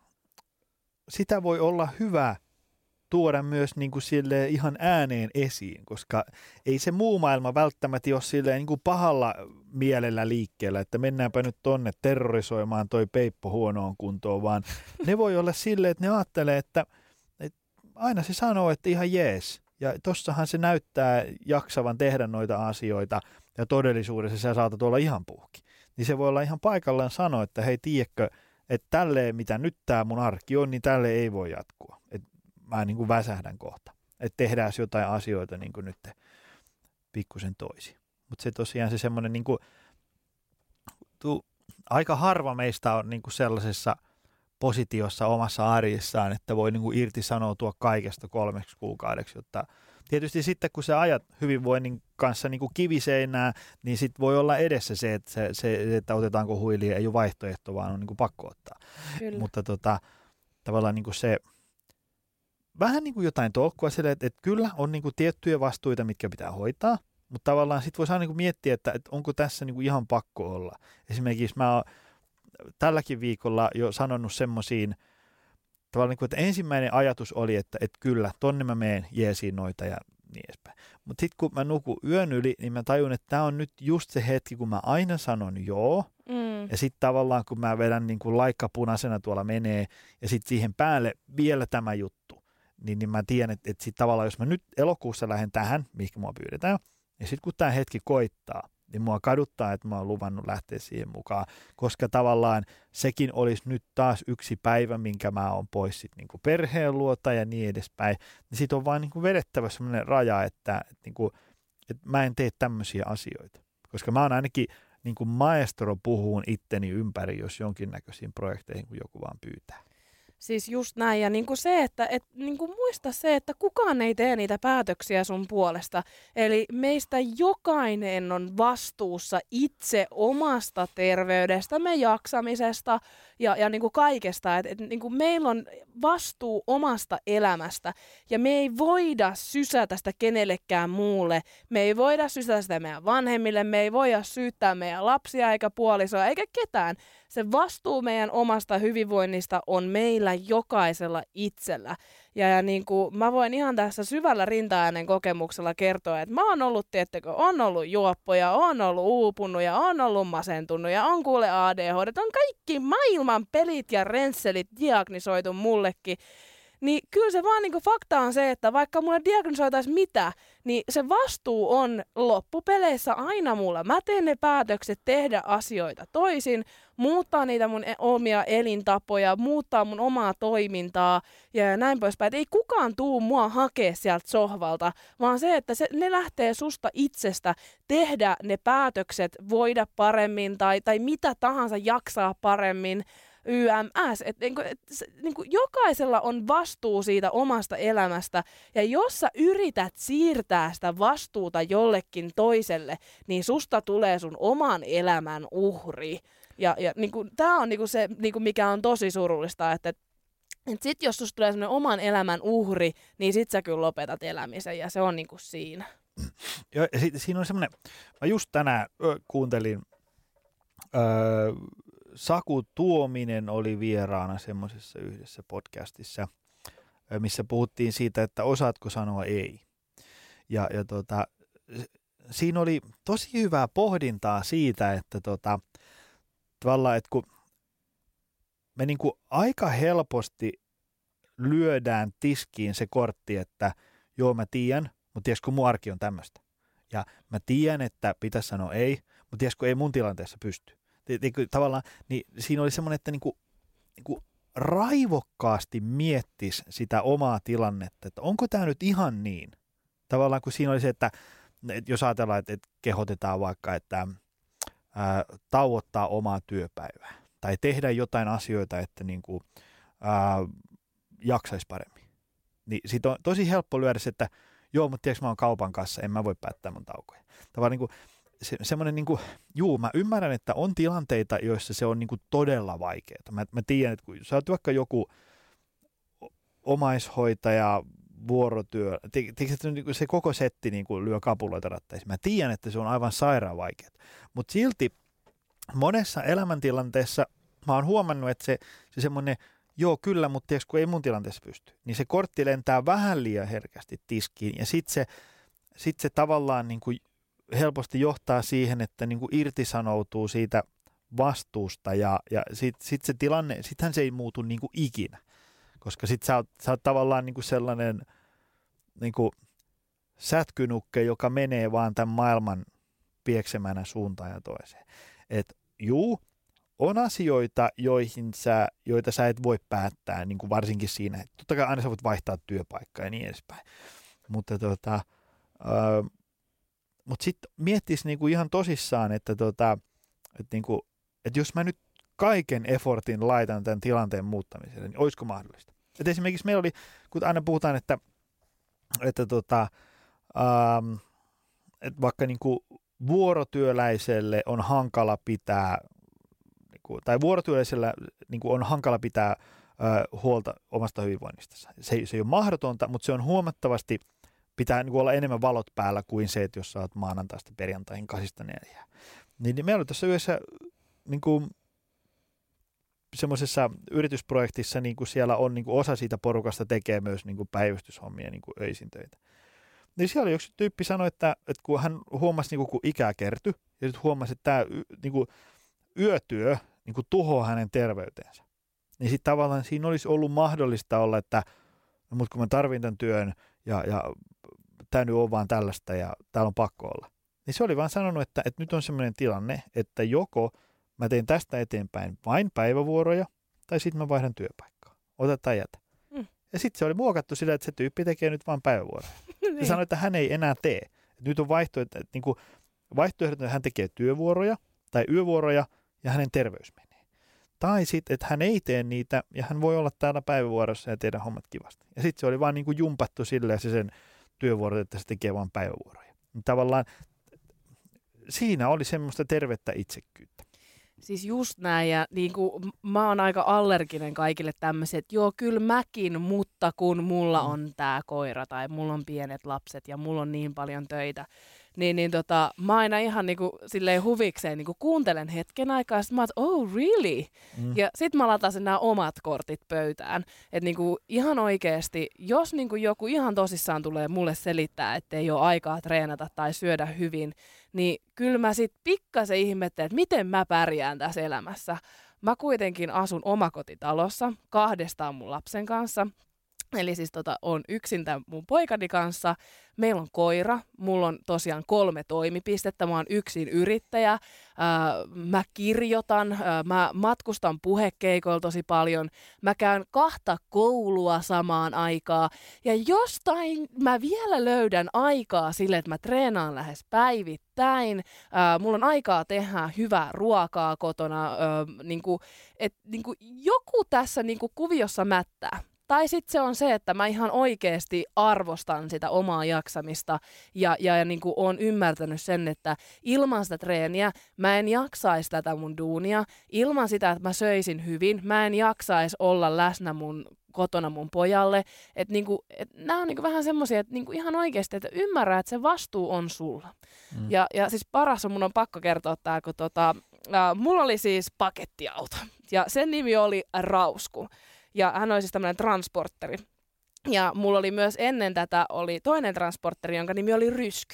sitä voi olla hyvä tuoda myös niin kuin silleen ihan ääneen esiin, koska ei se muu maailma välttämättä ole silleen niin kuin pahalla mielellä liikkeellä, että mennäänpä nyt tonne terrorisoimaan toi peippo huonoon kuntoon, vaan ne voi olla silleen, että ne ajattelee, että, että aina se sanoo, että ihan jees. Ja tossahan se näyttää jaksavan tehdä noita asioita ja todellisuudessa sä saatat olla ihan puhki. Niin se voi olla ihan paikallaan sanoa, että hei, tiedätkö, että tälleen mitä nyt tää mun arki on, niin tälleen ei voi jatkua. Et mä niin kuin väsähdän kohta. Että tehdään jotain asioita niin kuin nyt pikkusen toisin. Mutta se tosiaan se semmoinen, niin kuin, tu, aika harva meistä on niin kuin sellaisessa positiossa omassa arjessaan, että voi niin kuin irtisanoutua kaikesta kolmeksi kuukaudeksi, jotta tietysti sitten kun sä ajat hyvinvoinnin kanssa niin kuin kiviseinää, niin sitten voi olla edessä se, että, se, se, että otetaanko huilia ei ole vaihtoehto, vaan on niin kuin pakko ottaa. Kyllä. Mutta tota, tavallaan niin kuin se, vähän niin kuin jotain tolkkua sille, että, että kyllä on niin kuin tiettyjä vastuita, mitkä pitää hoitaa, mutta tavallaan sitten voisi aina niin kuin miettiä, että, että onko tässä niin kuin ihan pakko olla. Esimerkiksi mä oon tälläkin viikolla jo sanonut semmoisiin, tavallaan niin kuin, että ensimmäinen ajatus oli, että, että kyllä, tonne mä meen jeesiin noita ja niin edespäin. Mutta sitten kun mä nukun yön yli, niin mä tajun, että tämä on nyt just se hetki, kun mä aina sanon joo. Mm. Ja sitten tavallaan, kun mä vedän niin kuin laikka punaisena tuolla menee, ja sitten siihen päälle vielä tämä juttu, niin, niin mä tiedän, että, että sitten tavallaan, jos mä nyt elokuussa lähden tähän, mihinkä mua pyydetään, ja sitten kun tämä hetki koittaa, niin mua kaduttaa, että mä oon luvannut lähteä siihen mukaan, koska tavallaan sekin olisi nyt taas yksi päivä, minkä mä oon pois sit niinku perheen luota ja niin edespäin. Niin sit on vaan niinku vedettävä sellainen raja, että, että, niinku, että mä en tee tämmöisiä asioita. Koska mä oon ainakin niinku maestro puhuun itteni ympäri, jos jonkinnäköisiin projekteihin, kun joku vaan pyytää. Siis just näin, ja niinku se, että et, niinku muista se, että kukaan ei tee niitä päätöksiä sun puolesta. Eli meistä jokainen on vastuussa itse omasta terveydestämme, jaksamisesta ja, ja niinku kaikesta. Et, et, niinku meillä on vastuu omasta elämästä, ja me ei voida sysätä sitä kenellekään muulle. Me ei voida sysätä sitä meidän vanhemmille, me ei voida syyttää meidän lapsia eikä puolisoa eikä ketään. Se vastuu meidän omasta hyvinvoinnista on meillä jokaisella itsellä. Ja, ja niin kuin mä voin ihan tässä syvällä rinta-äänen kokemuksella kertoa, että mä oon ollut, tiettekö, on ollut juoppoja, on ollut uupunut ja on ollut masentunut ja on kuule A D H D. On kaikki maailman pelit ja rensselit diagnisoitu mullekin. Niin kyllä se vaan niinku fakta on se, että vaikka mulle diagnosoitaisiin mitä, niin se vastuu on loppupeleissä aina mulla. Mä teen ne päätökset tehdä asioita toisin, muuttaa niitä mun omia elintapoja, muuttaa mun omaa toimintaa ja näin poispäin. Et ei kukaan tuu mua hakea sieltä sohvalta, vaan se, että se, ne lähtee susta itsestä tehdä ne päätökset, voida paremmin tai, tai mitä tahansa jaksaa paremmin. Y M S, että niinku, et, niinku, jokaisella on vastuu siitä omasta elämästä, ja jos sä yrität siirtää sitä vastuuta jollekin toiselle, niin susta tulee sun oman elämän uhri. Ja, ja niinku, tää on niinku se, niinku, mikä on tosi surullista, että et, et sit jos susta tulee semmoinen oman elämän uhri, niin sit sä kyllä lopetat elämisen, ja se on niinku siinä. Joo, ja si- siinä on semmoinen, mä just tänään ö, kuuntelin, öö, Saku Tuominen oli vieraana semmoisessa yhdessä podcastissa, missä puhuttiin siitä, että osaatko sanoa ei. Ja, ja tota, siinä oli tosi hyvää pohdintaa siitä, että tota, tavallaan, että kun me niin kuin aika helposti lyödään tiskiin se kortti, että joo mä tiedän, mutta tiedätkö mun arki on tämmöistä. Ja mä tiedän, että pitäisi sanoa ei, mutta tiedätkö ei mun tilanteessa pysty. Tavallaan, niin siinä oli semmoinen, että niinku, niinku raivokkaasti miettisi sitä omaa tilannetta, että onko tämä nyt ihan niin. Tavallaan kun siinä oli se, että, että jos ajatellaan, että, että kehotetaan vaikka, että ää, tauottaa omaa työpäivää tai tehdä jotain asioita, että niin kuin, ää, jaksaisi paremmin. Niin siitä on tosi helppo lyödä se, että joo, mutta tiedätkö, mä oon kaupan kanssa, en mä voi päättää mun taukoja. Tavallaan niin kuin, se, semmoinen, niin kuin, juu, mä ymmärrän, että on tilanteita, joissa se on niin kuin todella vaikeaa. Mä, mä tiedän, että kun sä oot vaikka joku omaishoitaja, vuorotyö, tiedätkö, se koko setti niin kuin lyö kapuloita rattaisiin. Mä tiedän, että se on aivan sairaan vaikeaa. Mutta silti monessa elämäntilanteessa mä oon huomannut, että se, se semmoinen, joo kyllä, mutta tiedätkö, kun ei mun tilanteessa pysty, niin se kortti lentää vähän liian herkästi tiskiin ja sitten se, sit se tavallaan niin kuin helposti johtaa siihen, että niin kuin irtisanoutuu siitä vastuusta ja, ja sitten sit se tilanne, sittenhän se ei muutu niin kuin ikinä, koska sitten sä, sä oot tavallaan niin kuin sellainen niin kuin sätkynukke, joka menee vaan tämän maailman pieksemänä suuntaan ja toiseen. Että juu, on asioita, joihin sä, joita sä et voi päättää, niin kuin varsinkin siinä, että totta kai aina sä voit vaihtaa työpaikkaa ja niin edespäin. Mutta tota, äh, mut sitten miettisi niinku ihan tosissaan, että, tota, että, niinku, että jos mä nyt kaiken effortin laitan tämän tilanteen muuttamiselle, niin olisiko mahdollista? Et esimerkiksi meillä oli, kun aina puhutaan, että, että, tota, ähm, että vaikka niinku vuorotyöläiselle on hankala pitää tai vuorotyöläisellä niin kuin on hankala pitää ö, huolta omasta hyvinvoinnista. Se, se ei ole mahdotonta, mutta se on huomattavasti, pitää niin kuin olla enemmän valot päällä kuin se, että jos sä oot maanantaista perjantaihin kasista neljää. Niin, niin meillä on tässä yhdessä niin kuin, semmoisessa yritysprojektissa, niin kuin siellä on niin kuin osa siitä porukasta tekee myös niin kuin päivystyshommia niin kuin öisin töitä. Niin siellä yksi tyyppi sanoi, että, että kun hän huomasi, niin kuin, kun ikää kertyi, ja sitten huomasi, että tämä niin kuin, yötyö niin kuin tuhoaa hänen terveytensä. Niin sitten tavallaan siinä olisi ollut mahdollista olla, että no, mutta kun mä tarvin tämän työn ja, ja tämä nyt on vaan tällaista ja täällä on pakko olla. Niin se oli vaan sanonut, että, että nyt on sellainen tilanne, että joko mä teen tästä eteenpäin vain päivävuoroja tai sitten mä vaihdan työpaikkaa. Ota tai jätä. Mm. Ja sitten se oli muokattu sillä, että se tyyppi tekee nyt vain päivävuoroja. Se sanoi, että hän ei enää tee. Et nyt on vaihtoehto, että, että niin kuin vaihtoehto, että hän tekee työvuoroja tai yövuoroja ja hänen terveys menee. Tai sitten, että hän ei tee niitä ja hän voi olla täällä päivävuorossa ja tehdä hommat kivasti. Ja sitten se oli vaan niin kuin jumpattu silleen se sen työvuoro, että se tekee vaan päivävuoroja. Niin tavallaan siinä oli semmoista tervettä itsekkyyttä. Siis just näin, ja niin kuin, mä oon aika allerginen kaikille tämmöiset, että joo, kyllä mäkin, mutta kun mulla on tää koira tai mulla on pienet lapset ja mulla on niin paljon töitä, niin, niin tota, mä aina ihan niinku silleen huvikseen niinku kuuntelen hetken aikaa, ja sit mä oon, oh really? Mm. Ja sit mä latasin nämä omat kortit pöytään. Että niinku ihan oikeesti, jos niinku joku ihan tosissaan tulee mulle selittää, että ei ole aikaa treenata tai syödä hyvin, niin kyllä mä sit pikkasen ihmettelen, että miten mä pärjään tässä elämässä. Mä kuitenkin asun omakotitalossa kahdestaan mun lapsen kanssa. Eli siis tota, on yksin tämän mun poikani kanssa. Meillä on koira, mulla on tosiaan kolme toimipistettä, mä oon yksin yrittäjä, ää, mä kirjoitan, ää, mä matkustan puhekeikoilla tosi paljon, mä käyn kahta koulua samaan aikaan ja jostain mä vielä löydän aikaa sille, että mä treenaan lähes päivittäin, ää, mulla on aikaa tehdä hyvää ruokaa kotona, ää, niinku, et, niinku, joku tässä niinku kuviossa mättää. Tai sitten se on se, että mä ihan oikeasti arvostan sitä omaa jaksamista ja, ja, ja niin kuin oon ymmärtänyt sen, että ilman sitä treeniä mä en jaksaisi tätä mun duunia. Ilman sitä, että mä söisin hyvin, mä en jaksaisi olla läsnä mun kotona mun pojalle. Että niinku, et nämä on niinku vähän semmoisia, että niinku ihan oikeasti, että ymmärrä, että se vastuu on sulla. Mm. Ja, ja siis paras on, mun on pakko kertoa tää, kun tota, äh, mulla oli siis pakettiauto ja sen nimi oli Rausku. Ja hän oli siis tämmöinen transporteri. Ja mulla oli myös ennen tätä oli toinen transporteri, jonka nimi oli Rysky.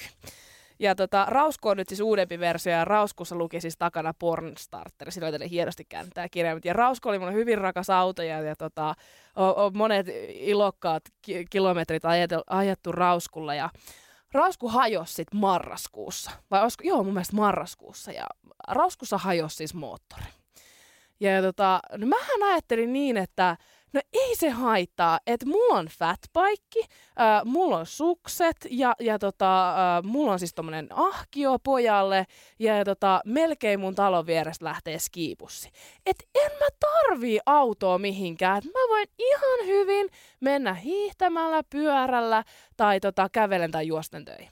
Ja tota, Rausku on nyt siis uudempi versio, ja Rauskussa luki siis takana Pornstarter. Sillä oli tälle hienosti kääntää kirjaimet. Ja Rausku oli mulle hyvin rakas auto, ja, ja tota, on, on monet ilokkaat ki- kilometrit ajettu, ajettu Rauskulla. Ja Rausku hajosi sitten marraskuussa. Vai olisiko? Joo, mun mielestä marraskuussa. Ja Rauskussa hajosi siis moottori. Ja, ja tota, no mähän ajattelin niin, että no ei se haittaa, että mulla on fatbike, äh, mulla on sukset ja, ja tota, äh, mulla on siis tommonen ahkio pojalle ja, ja tota, melkein mun talon vierestä lähtee skiipussi. Et en mä tarvii autoa mihinkään, et mä voin ihan hyvin mennä hiihtämällä, pyörällä tai tota, kävelen tai juosten töihin.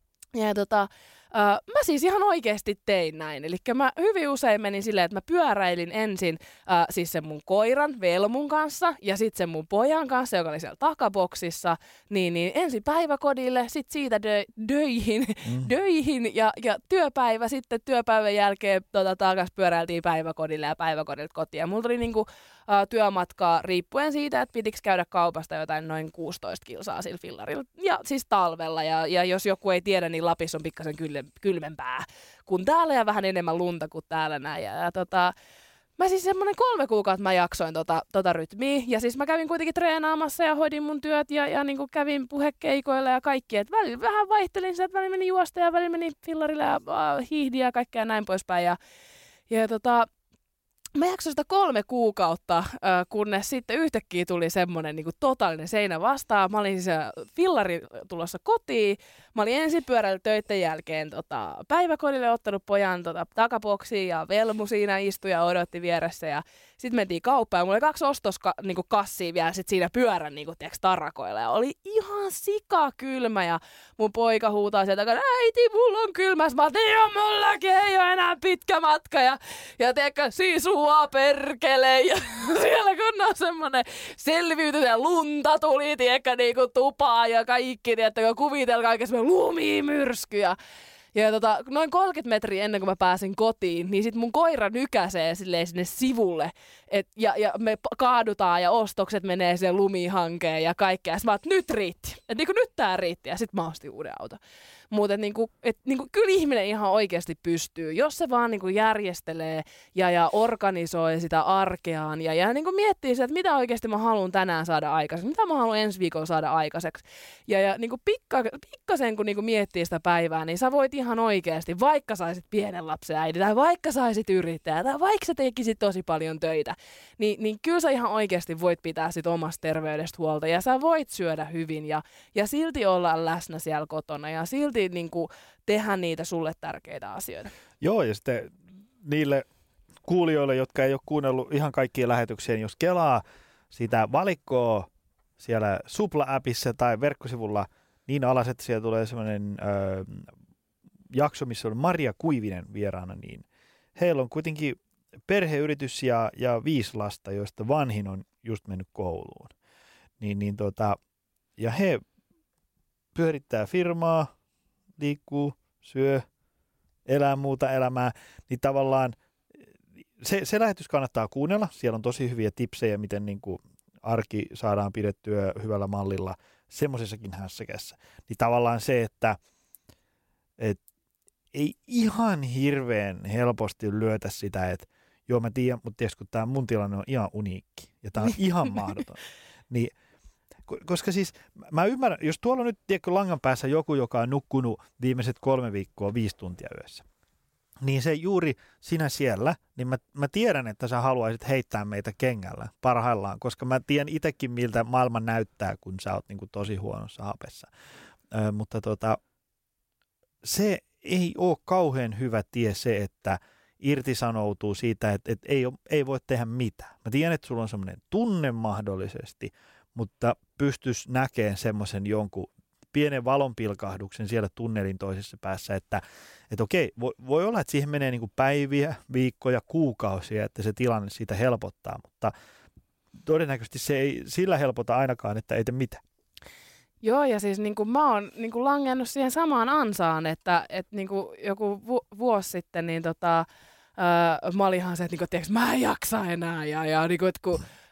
Ja tota, Uh, mä siis ihan oikeasti tein näin. Eli mä hyvin usein menin silleen, että mä pyöräilin ensin uh, siis sen mun koiran Velmun kanssa ja sitten sen mun pojan kanssa, joka oli siellä takaboksissa. Niin, niin ensin päiväkodille, sitten siitä dö- döihin, mm. döihin ja, ja työpäivä. Sitten työpäivän jälkeen tota, takas pyöräiltiin päiväkodille ja päiväkodilta kotiin. Ja mulla tuli niinku, uh, työmatkaa riippuen siitä, että pitikö käydä kaupasta jotain noin kuusitoista kilsaa sillä fillarilla. Ja siis talvella. Ja, ja jos joku ei tiedä, niin Lapissa on pikkasen kyllä kylmempää kuin täällä ja vähän enemmän lunta kuin täällä näin. Ja, ja tota, mä siis semmoinen kolme kuukautta mä jaksoin tota, tota rytmiä. Ja siis mä kävin kuitenkin treenaamassa ja hoidin mun työt ja, ja niinku kävin puhekeikoilla ja kaikki. Et välillä vähän vaihtelin sitä, että välillä meni juosta ja välillä meni fillarille ja äh, hiihdin ja kaikkea näin poispäin. Ja, ja tota, mä jaksoin sitä kolme kuukautta, äh, kunnes sitten yhtäkkiä tuli semmoinen niin kuin totaalinen seinä vastaan. Mä olin siis fillari tulossa kotiin. Mä olin ensin pyöräillyt töiden jälkeen tota, päiväkodille, ottanut pojan tota, takaboksiin ja Velmu siinä istui ja odotti vieressä. Ja sitten mentiin kauppaan ja mulla oli kaksi ostoskassia niinku, vielä sit siinä pyörän niinku, tiiäks, tarakoilla. Ja oli ihan sikakylmä ja mun poika huutaa sieltä, äiti, mulla on kylmäs. Mä otin, joo, mullakin ei ole enää pitkä matka. Ja, ja tiedätkö, sisua perkele. Ja siellä kun on semmonen selviytys ja lunta tuli, tiedätkö, niinku tupaa ja kaikki, tiedätkö, kuvitelkaa oikein semmoinen lumimyrsky. Ja, ja tota, noin kolmekymmentä metriä ennen kuin mä pääsin kotiin, niin sit mun koira nykäsee silleen sinne sivulle. Et, ja, ja me kaadutaan ja ostokset menee siihen lumihankeen ja kaikkea. Ja sit mä oon, nyt riitti. Et niinku nyt tää riitti. Ja sit mä ostin uuden auton. Mutta niinku, niinku, kyllä ihminen ihan oikeasti pystyy, jos se vaan niinku järjestelee ja, ja organisoi sitä arkeaan ja, ja niinku miettii sitä, että mitä oikeasti mä haluan tänään saada aikaiseksi, mitä mä haluan ensi viikolla saada aikaiseksi. Ja, ja niinku pikka, pikkasen kun niinku miettii sitä päivää, niin sä voit ihan oikeasti, vaikka saisit pienen lapsen äiti tai vaikka saisit yrittäjä tai vaikka sä tekisit tosi paljon töitä, niin, niin kyllä sä ihan oikeasti voit pitää sit omasta terveydestä huolta ja sä voit syödä hyvin ja, ja silti olla läsnä siellä kotona ja silti niin kuin tehdä niitä sulle tärkeitä asioita. Joo, ja sitten niille kuulijoille, jotka ei ole kuunnellut ihan kaikkia lähetyksiä, niin jos kelaa sitä valikkoa siellä Supla-appissa tai verkkosivulla niin alas, että siellä tulee sellainen ö, jakso, missä on Maria Kuivinen vieraana, niin heillä on kuitenkin perheyritys ja, ja viisi lasta, joista vanhin on just mennyt kouluun. Niin, niin tota, ja he pyörittää firmaa, liikkuu, syö, elää muuta elämää, niin tavallaan se, se lähetys kannattaa kuunnella. Siellä on tosi hyviä tipsejä, miten niin kuin arki saadaan pidettyä hyvällä mallilla semmoisessakin hässäkässä. Niin tavallaan se, että et ei ihan hirveän helposti lyötä sitä, että joo mä tiedän, mutta tiedätkö, kun tämä mun tilanne on ihan uniikki ja tämä on ihan mahdoton. Niin koska siis mä ymmärrän, jos tuolla on nyt tiedätkö, langan päässä joku, joka on nukkunut viimeiset kolme viikkoa viisi tuntia yössä, niin se juuri sinä siellä, niin mä, mä tiedän, että sä haluaisit heittää meitä kengällä parhaillaan, koska mä tiedän itsekin, miltä maailma näyttää, kun sä oot niin kuin tosi huonossa hapessa. Ö, mutta tota, se ei ole kauhean hyvä tie se, että irtisanoutuu siitä, että, että ei, ole, ei voi tehdä mitään. Mä tiedän, että sulla on semmoinen tunne mahdollisesti, mutta pystyisi näkemään semmoisen jonkun pienen valonpilkahduksen siellä tunnelin toisessa päässä, että, että okei, voi, voi olla, että siihen menee niin kuin päiviä, viikkoja, kuukausia, että se tilanne siitä helpottaa, mutta todennäköisesti se ei sillä helpota ainakaan, että ei tee mitään. Joo, ja siis niin kuin mä oon niin kuin langennut siihen samaan ansaan, että, että niin kuin joku vu- vuosi sitten, niin tota, ää, mä olin ihan se, että niin kuin, tiiäks, mä en jaksa enää, ja, ja niin kuin, että kun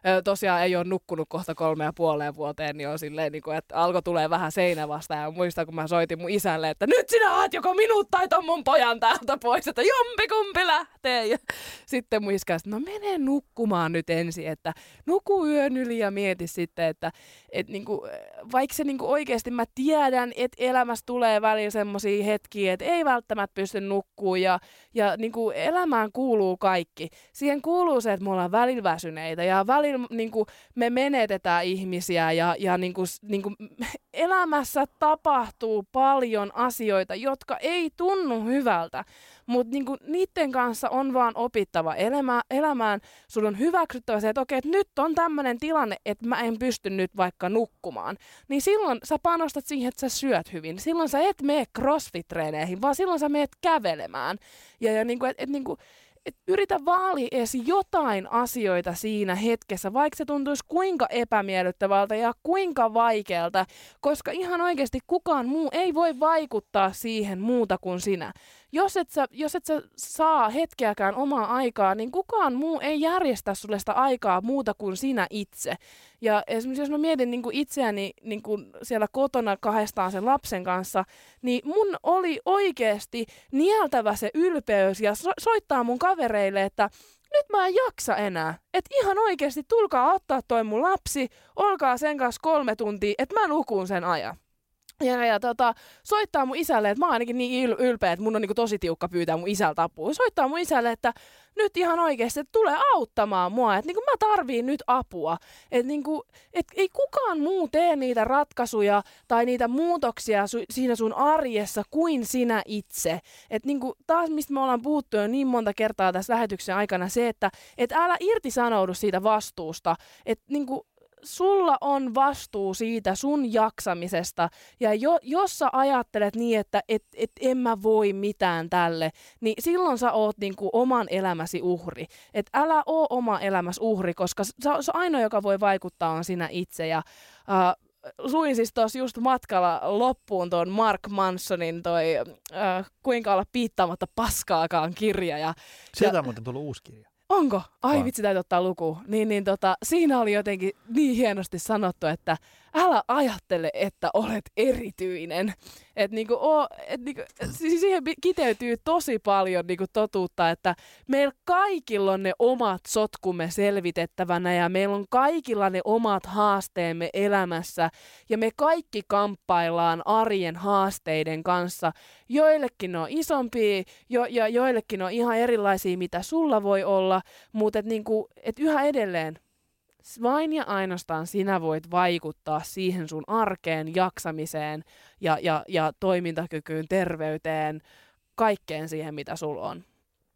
tosiaan ei ole nukkunut kohta kolme ja puoleen vuoteen, niin on silleen, niin kuin, että alkoi tulee vähän seinä vastaan. Ja muistan, kun mä soitin mun isälle, että nyt sinä oot joko minut tai ton mun pojan täältä pois, että jompikumpi lähtee. Ja sitten mun iskä, että no mene nukkumaan nyt ensin, että nuku yön yli ja mieti sitten, että et, niin kuin, vaikka se niin kuin oikeasti mä tiedän, että elämässä tulee välillä semmoisia hetkiä, että ei välttämättä pysty nukkumaan ja, ja niin kuin elämään kuuluu kaikki. Siihen kuuluu se, että me ollaan välillä väsyneitä ja välillä niin kuin me menetetään ihmisiä ja, ja niin kuin, niin kuin elämässä tapahtuu paljon asioita, jotka ei tunnu hyvältä, mutta niin kuin niiden kanssa on vaan opittava elämä, elämään. Sun on hyväksyttävä se, että okei, että nyt on tämmöinen tilanne, että mä en pysty nyt vaikka nukkumaan. Niin silloin sä panostat siihen, että sä syöt hyvin. Silloin sä et mene crossfit-treeneihin, vaan silloin sä meet kävelemään. Ja, ja niin kuin, et, et, niin kuin, et yritä vaalia edes jotain asioita siinä hetkessä, vaikka se tuntuisi kuinka epämiellyttävältä ja kuinka vaikealta, koska ihan oikeasti kukaan muu ei voi vaikuttaa siihen muuta kuin sinä. Jos et sä, jos et sä saa hetkeäkään omaa aikaa, niin kukaan muu ei järjestä sulle sitä aikaa muuta kuin sinä itse. Ja esimerkiksi jos mä mietin niin kuin itseäni niin kuin siellä kotona kahdestaan sen lapsen kanssa, niin mun oli oikeasti nieltävä se ylpeys ja so- soittaa mun kavereille, että nyt mä en jaksa enää. Että ihan oikeasti tulkaa ottaa toi mun lapsi, olkaa sen kanssa kolme tuntia, että mä nukun sen ajan. Ja, ja tota, soittaa mun isälle, että mä oon ainakin niin yl- ylpeä, että mun on niinku tosi tiukka pyytää mun isältä apua. Soittaa mun isälle, että nyt ihan oikeasti, että tulee auttamaan mua, että niinku mä tarviin nyt apua. Että niinku, et ei kukaan muu tee niitä ratkaisuja tai niitä muutoksia su- siinä sun arjessa kuin sinä itse. Että niinku, taas mistä me ollaan puhuttu jo niin monta kertaa tässä lähetyksen aikana, se, että et älä irtisanoudu siitä vastuusta. Että niinku, sulla on vastuu siitä sun jaksamisesta, ja jo, jos sä ajattelet niin, että et, et en mä voi mitään tälle, niin silloin sä oot niinku oman elämäsi uhri. Et älä oo oma elämäsi uhri, koska se, se ainoa, joka voi vaikuttaa, on sinä itse. Ja, uh, luin siis tuossa just matkalla loppuun tuon Mark Mansonin toi uh, Kuinka olla piittaamatta paskaakaan -kirja. Ja, Sieltä ja, on muuten tullut uusi kirja. Onko? Ai Vaan. vitsi, täytyy ottaa lukuun. Niin, niin tota, siinä oli jotenkin niin hienosti sanottu, että älä ajattele, että olet erityinen. Et niinku, o, et niinku, siis siihen kiteytyy tosi paljon niinku totuutta, että meillä kaikilla on ne omat sotkumme selvitettävänä ja meillä on kaikilla ne omat haasteemme elämässä ja me kaikki kamppaillaan arjen haasteiden kanssa. Joillekin ne on isompia jo, ja joillekin ne on ihan erilaisia, mitä sulla voi olla, mutta et niinku, et yhä edelleen vain ja ainoastaan sinä voit vaikuttaa siihen sun arkeen, jaksamiseen ja, ja, ja toimintakykyyn, terveyteen, kaikkeen siihen, mitä sulla on.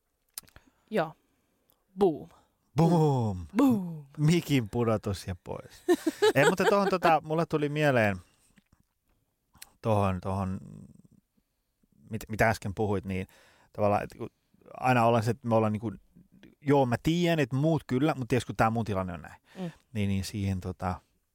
Joo. Boom. Boom. Boom. Mikin pudotus ja pois. Ei, mutta tohon, tota, mulle tuli mieleen tohon, tohon mit, mitä äsken puhuit, niin tavallaan, että aina ollaan se, että me ollaan niin kuin, joo, mä tiedän, että muut kyllä, mutta tiedätkö, kun tämä mun tilanne on näin. Mm. Niin, niin siihen tota,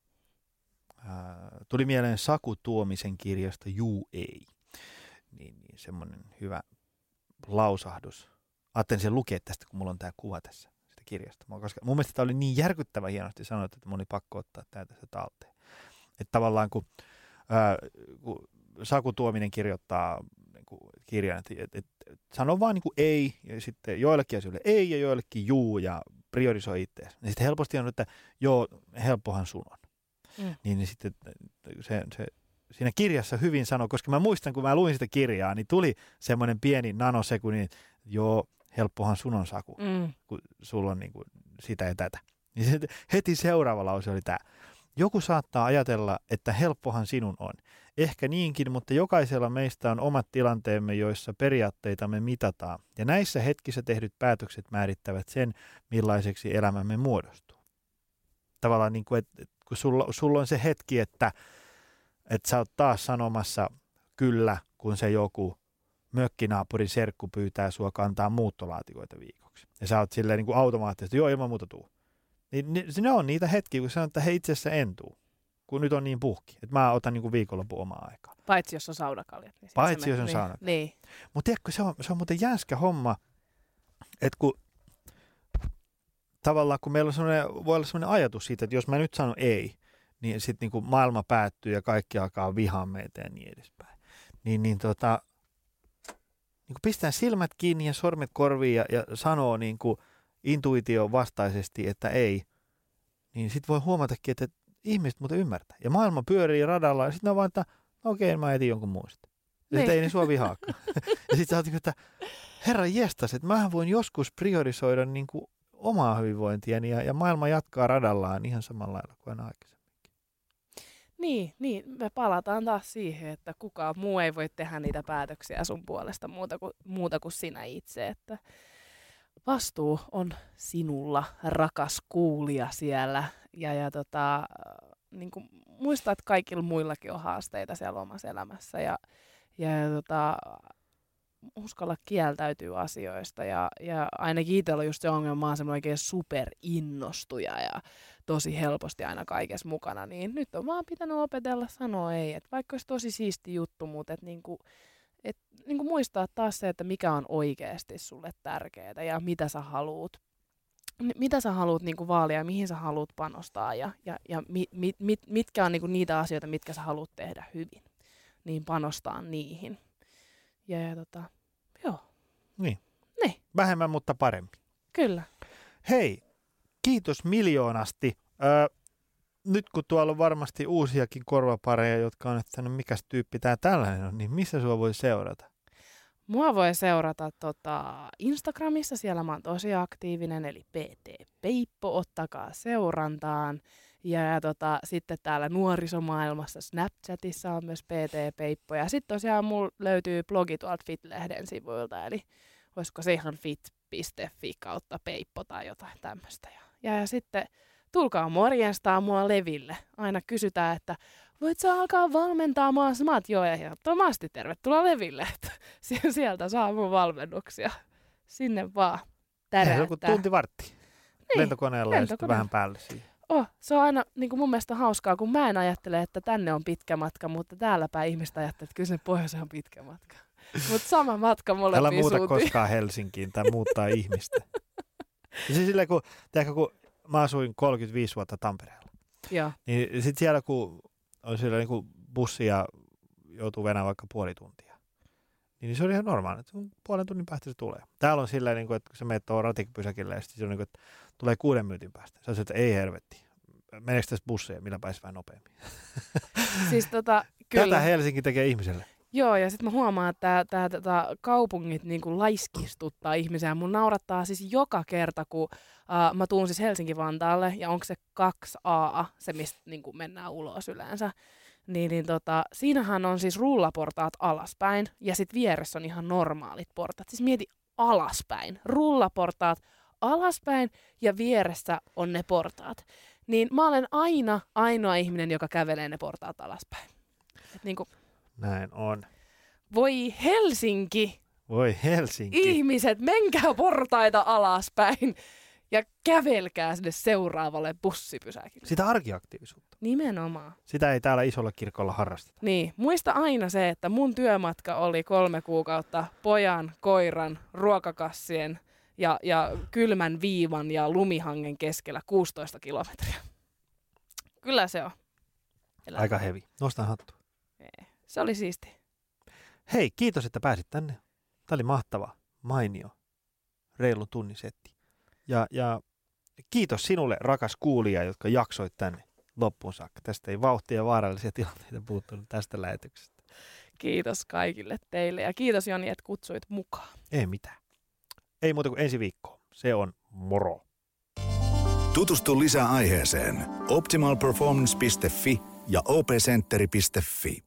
ää, tuli mieleen Saku Tuomisen kirjasta Juu ei. Niin, niin semmoinen hyvä lausahdus. Ajattelin sen lukea tästä, kun mulla on tämä kuva tässä sitä kirjasta. Koska mun mielestä tämä oli niin järkyttävän hienosti sanottu, että mun oli pakko ottaa tämä tästä talteen. Että tavallaan kun, ää, kun Saku Tuominen kirjoittaa niin kuin kirjan, että et, et, et, sano vaan niin kuin ei, ja sitten joillekin asioille ei ja joillekin juu, ja priorisoi itseäsi. Niin sitten helposti on, että joo, helppohan sun on. Mm. Niin, niin sitten se, se siinä kirjassa hyvin sanoi, koska mä muistan, kun mä luin sitä kirjaa, niin tuli semmoinen pieni nanosekunnin, että joo, helppohan sun on, Saku, mm. kun sulla on niin kuin sitä ja tätä. Niin heti seuraava lause oli tämä. Joku saattaa ajatella, että helppohan sinun on. Ehkä niinkin, mutta jokaisella meistä on omat tilanteemme, joissa periaatteitamme mitataan. Ja näissä hetkissä tehdyt päätökset määrittävät sen, millaiseksi elämämme muodostuu. Tavallaan niin kuin, että kun sulla, sulla on se hetki, että, että sä oot taas sanomassa kyllä, kun se joku mökkinaapurin serkku pyytää sua kantaa muuttolaatikoita viikoksi. Ja sä oot silleen niin kuin automaattisesti, joo, ilman muuta tuu. Niin ne, ne on niitä hetkiä, kun sanoo, että hei, itse asiassa en tuu, kun nyt on niin puhki, että mä otan niin kuin viikonlopun omaa aikaa. Paitsi jos on saunakaljat. Niin Paitsi jos on niin, saunakaljat. Niin. Mutta tiedätkö, se on, se on muuten jänskä homma, että kun tavallaan kun meillä on sellainen, voi olla sellainen ajatus siitä, että jos mä nyt sanon ei, niin sitten niin maailma päättyy ja kaikki alkaa vihaa meitä ja niin edespäin. Niin, niin tota, niin kuin pistää silmät kiinni ja sormet korviin ja, ja sanoo niin kuin intuitio vastaisesti, että ei, niin sitten voi huomatakin, että ihmiset muuten ymmärtää. Ja maailma pyörii radalla ja sitten on vaan, että no okei, mä etin jonkun muista. Ja sitten ei ne sua vihaakaan. Ja sitten sä oot, että herra jestas, että mähän voin joskus priorisoida niin kuin omaa hyvinvointiani ja, ja maailma jatkaa radallaan ihan samalla lailla kuin aina aikaisemmin. Niin, niin, me palataan taas siihen, että kukaan muu ei voi tehdä niitä päätöksiä sun puolesta muuta kuin, muuta kuin sinä itse. Että vastuu on sinulla, rakas kuulija siellä. Ja, ja tota, niin kuin muista, että kaikilla muillakin on haasteita siellä omassa elämässä. Ja, ja, ja tota, uskalla kieltäytyä asioista. Ja, ja ainakin itsellä on just se ongelma, on semmoinen oikein superinnostuja ja tosi helposti aina kaikessa mukana, niin nyt on vaan pitänyt opetella sanoa ei, että vaikka olisi tosi siisti juttu, mutta et niinku, et niinku muistaa taas se, että mikä on oikeasti sulle tärkeää ja mitä sä haluut, mitä sä haluut niinku vaalia ja mihin sä haluut panostaa ja, ja, ja mi, mit, mit, mitkä on niinku niitä asioita, mitkä sä haluut tehdä hyvin, niin panostaa niihin. Ja, ja tota, joo. Niin. Niin. Vähemmän, mutta paremmin. Kyllä. Hei. Kiitos miljoonasti. Öö, nyt kun tuolla on varmasti uusiakin korvapareja, jotka on, että no mikäs tyyppi tämä tällainen on, niin missä sua voi seurata? Mua voi seurata tota Instagramissa, siellä mä oon tosi aktiivinen, eli P T Peippo, ottakaa seurantaan. Ja, ja tota, sitten täällä nuorisomaailmassa Snapchatissa on myös P T Peippo. Ja sitten tosiaan mulla löytyy blogi tuolta Fit-lehden sivuilta, eli olisiko se ihan fit piste fi kautta Peippo tai jotain tämmöistä. Ja, ja sitten tulkaa morjenstaa mua leville. Aina kysytään, että voit sä alkaa valmentaa mua? Mä oot, joo, ehdottomasti tervetuloa leville. Että sieltä saa mun valmennuksia. Sinne vaan täräyttää. Joku tunti vartti. Niin, lentokoneella ja sitten vähän päälle siihen. Oh, se on aina niin kuin mun mielestä hauskaa, kun mä en ajattele, että tänne on pitkä matka, mutta täälläpä ihmistä ajattelee, että kyllä se pohjoiseen on pitkä matka. Mutta sama matka molempiin Älä muuta suuntiin. koskaan Helsinkiin tai muuttaa ihmistä. Ja siis silleen, kun, tiedätkö, kun mä asuin kolmekymmentäviisi vuotta Tampereella, Joo. niin sitten siellä, kun on siellä niin kuin bussi ja joutuu venään vaikka puoli tuntia, niin se on ihan normaali, että puolen tunnin päästä se tulee. Täällä on silleen, niin kuin, että kun sä menet tuohon ratikkapysäkille ja sitten se on niin kuin, että tulee kuuden minuutin päästä. Sä oot, että ei helvetti. Meneekö tässä busseja, millä pääsi vähän nopeammin? Siis tota, kyllä. Tätä Helsinki tekee ihmiselle. Joo, ja sitten mä huomaan, että tää, tää, tää kaupungit niinku laiskistuttaa ihmisiä. Mun naurattaa siis joka kerta, kun uh, mä tuun siis Helsinki-Vantaalle, ja onko se kaksi A, se mistä niinku mennään ulos yleensä, niin, niin tota, siinähän on siis rullaportaat alaspäin, ja sitten vieressä on ihan normaalit portaat. Siis mieti alaspäin, rullaportaat alaspäin, ja vieressä on ne portaat. Niin mä olen aina ainoa ihminen, joka kävelee ne portaat alaspäin. Et niinku, näin on. voi Helsinki! Voi Helsinki! Ihmiset, menkää portaita alaspäin ja kävelkää sinne seuraavalle bussipysäkille. Sitä arkiaktiivisuutta. Nimenomaan. Sitä ei täällä isolla kirkolla harrasteta. Niin, muista aina se, että mun työmatka oli kolme kuukautta pojan, koiran, ruokakassien ja, ja kylmän viivan ja lumihangen keskellä kuusitoista kilometriä. Kyllä se on. Elämä. Aika hevi. Nostan hattua. Se oli siisti. Hei, kiitos, että pääsit tänne. Tämä oli mahtava, mainio, reilun tunnin setti. Ja, ja kiitos sinulle, rakas kuulija, jotka jaksoit tänne loppuun saakka. Tästä ei vauhtia ja vaarallisia tilanteita puuttunut tästä lähetyksestä. Kiitos kaikille teille ja kiitos Joni, että kutsuit mukaan. Ei mitään. Ei muuta kuin ensi viikkoon. Se on moro. Tutustu lisää aiheeseen optimal performance piste fi ja o p centeri piste fi.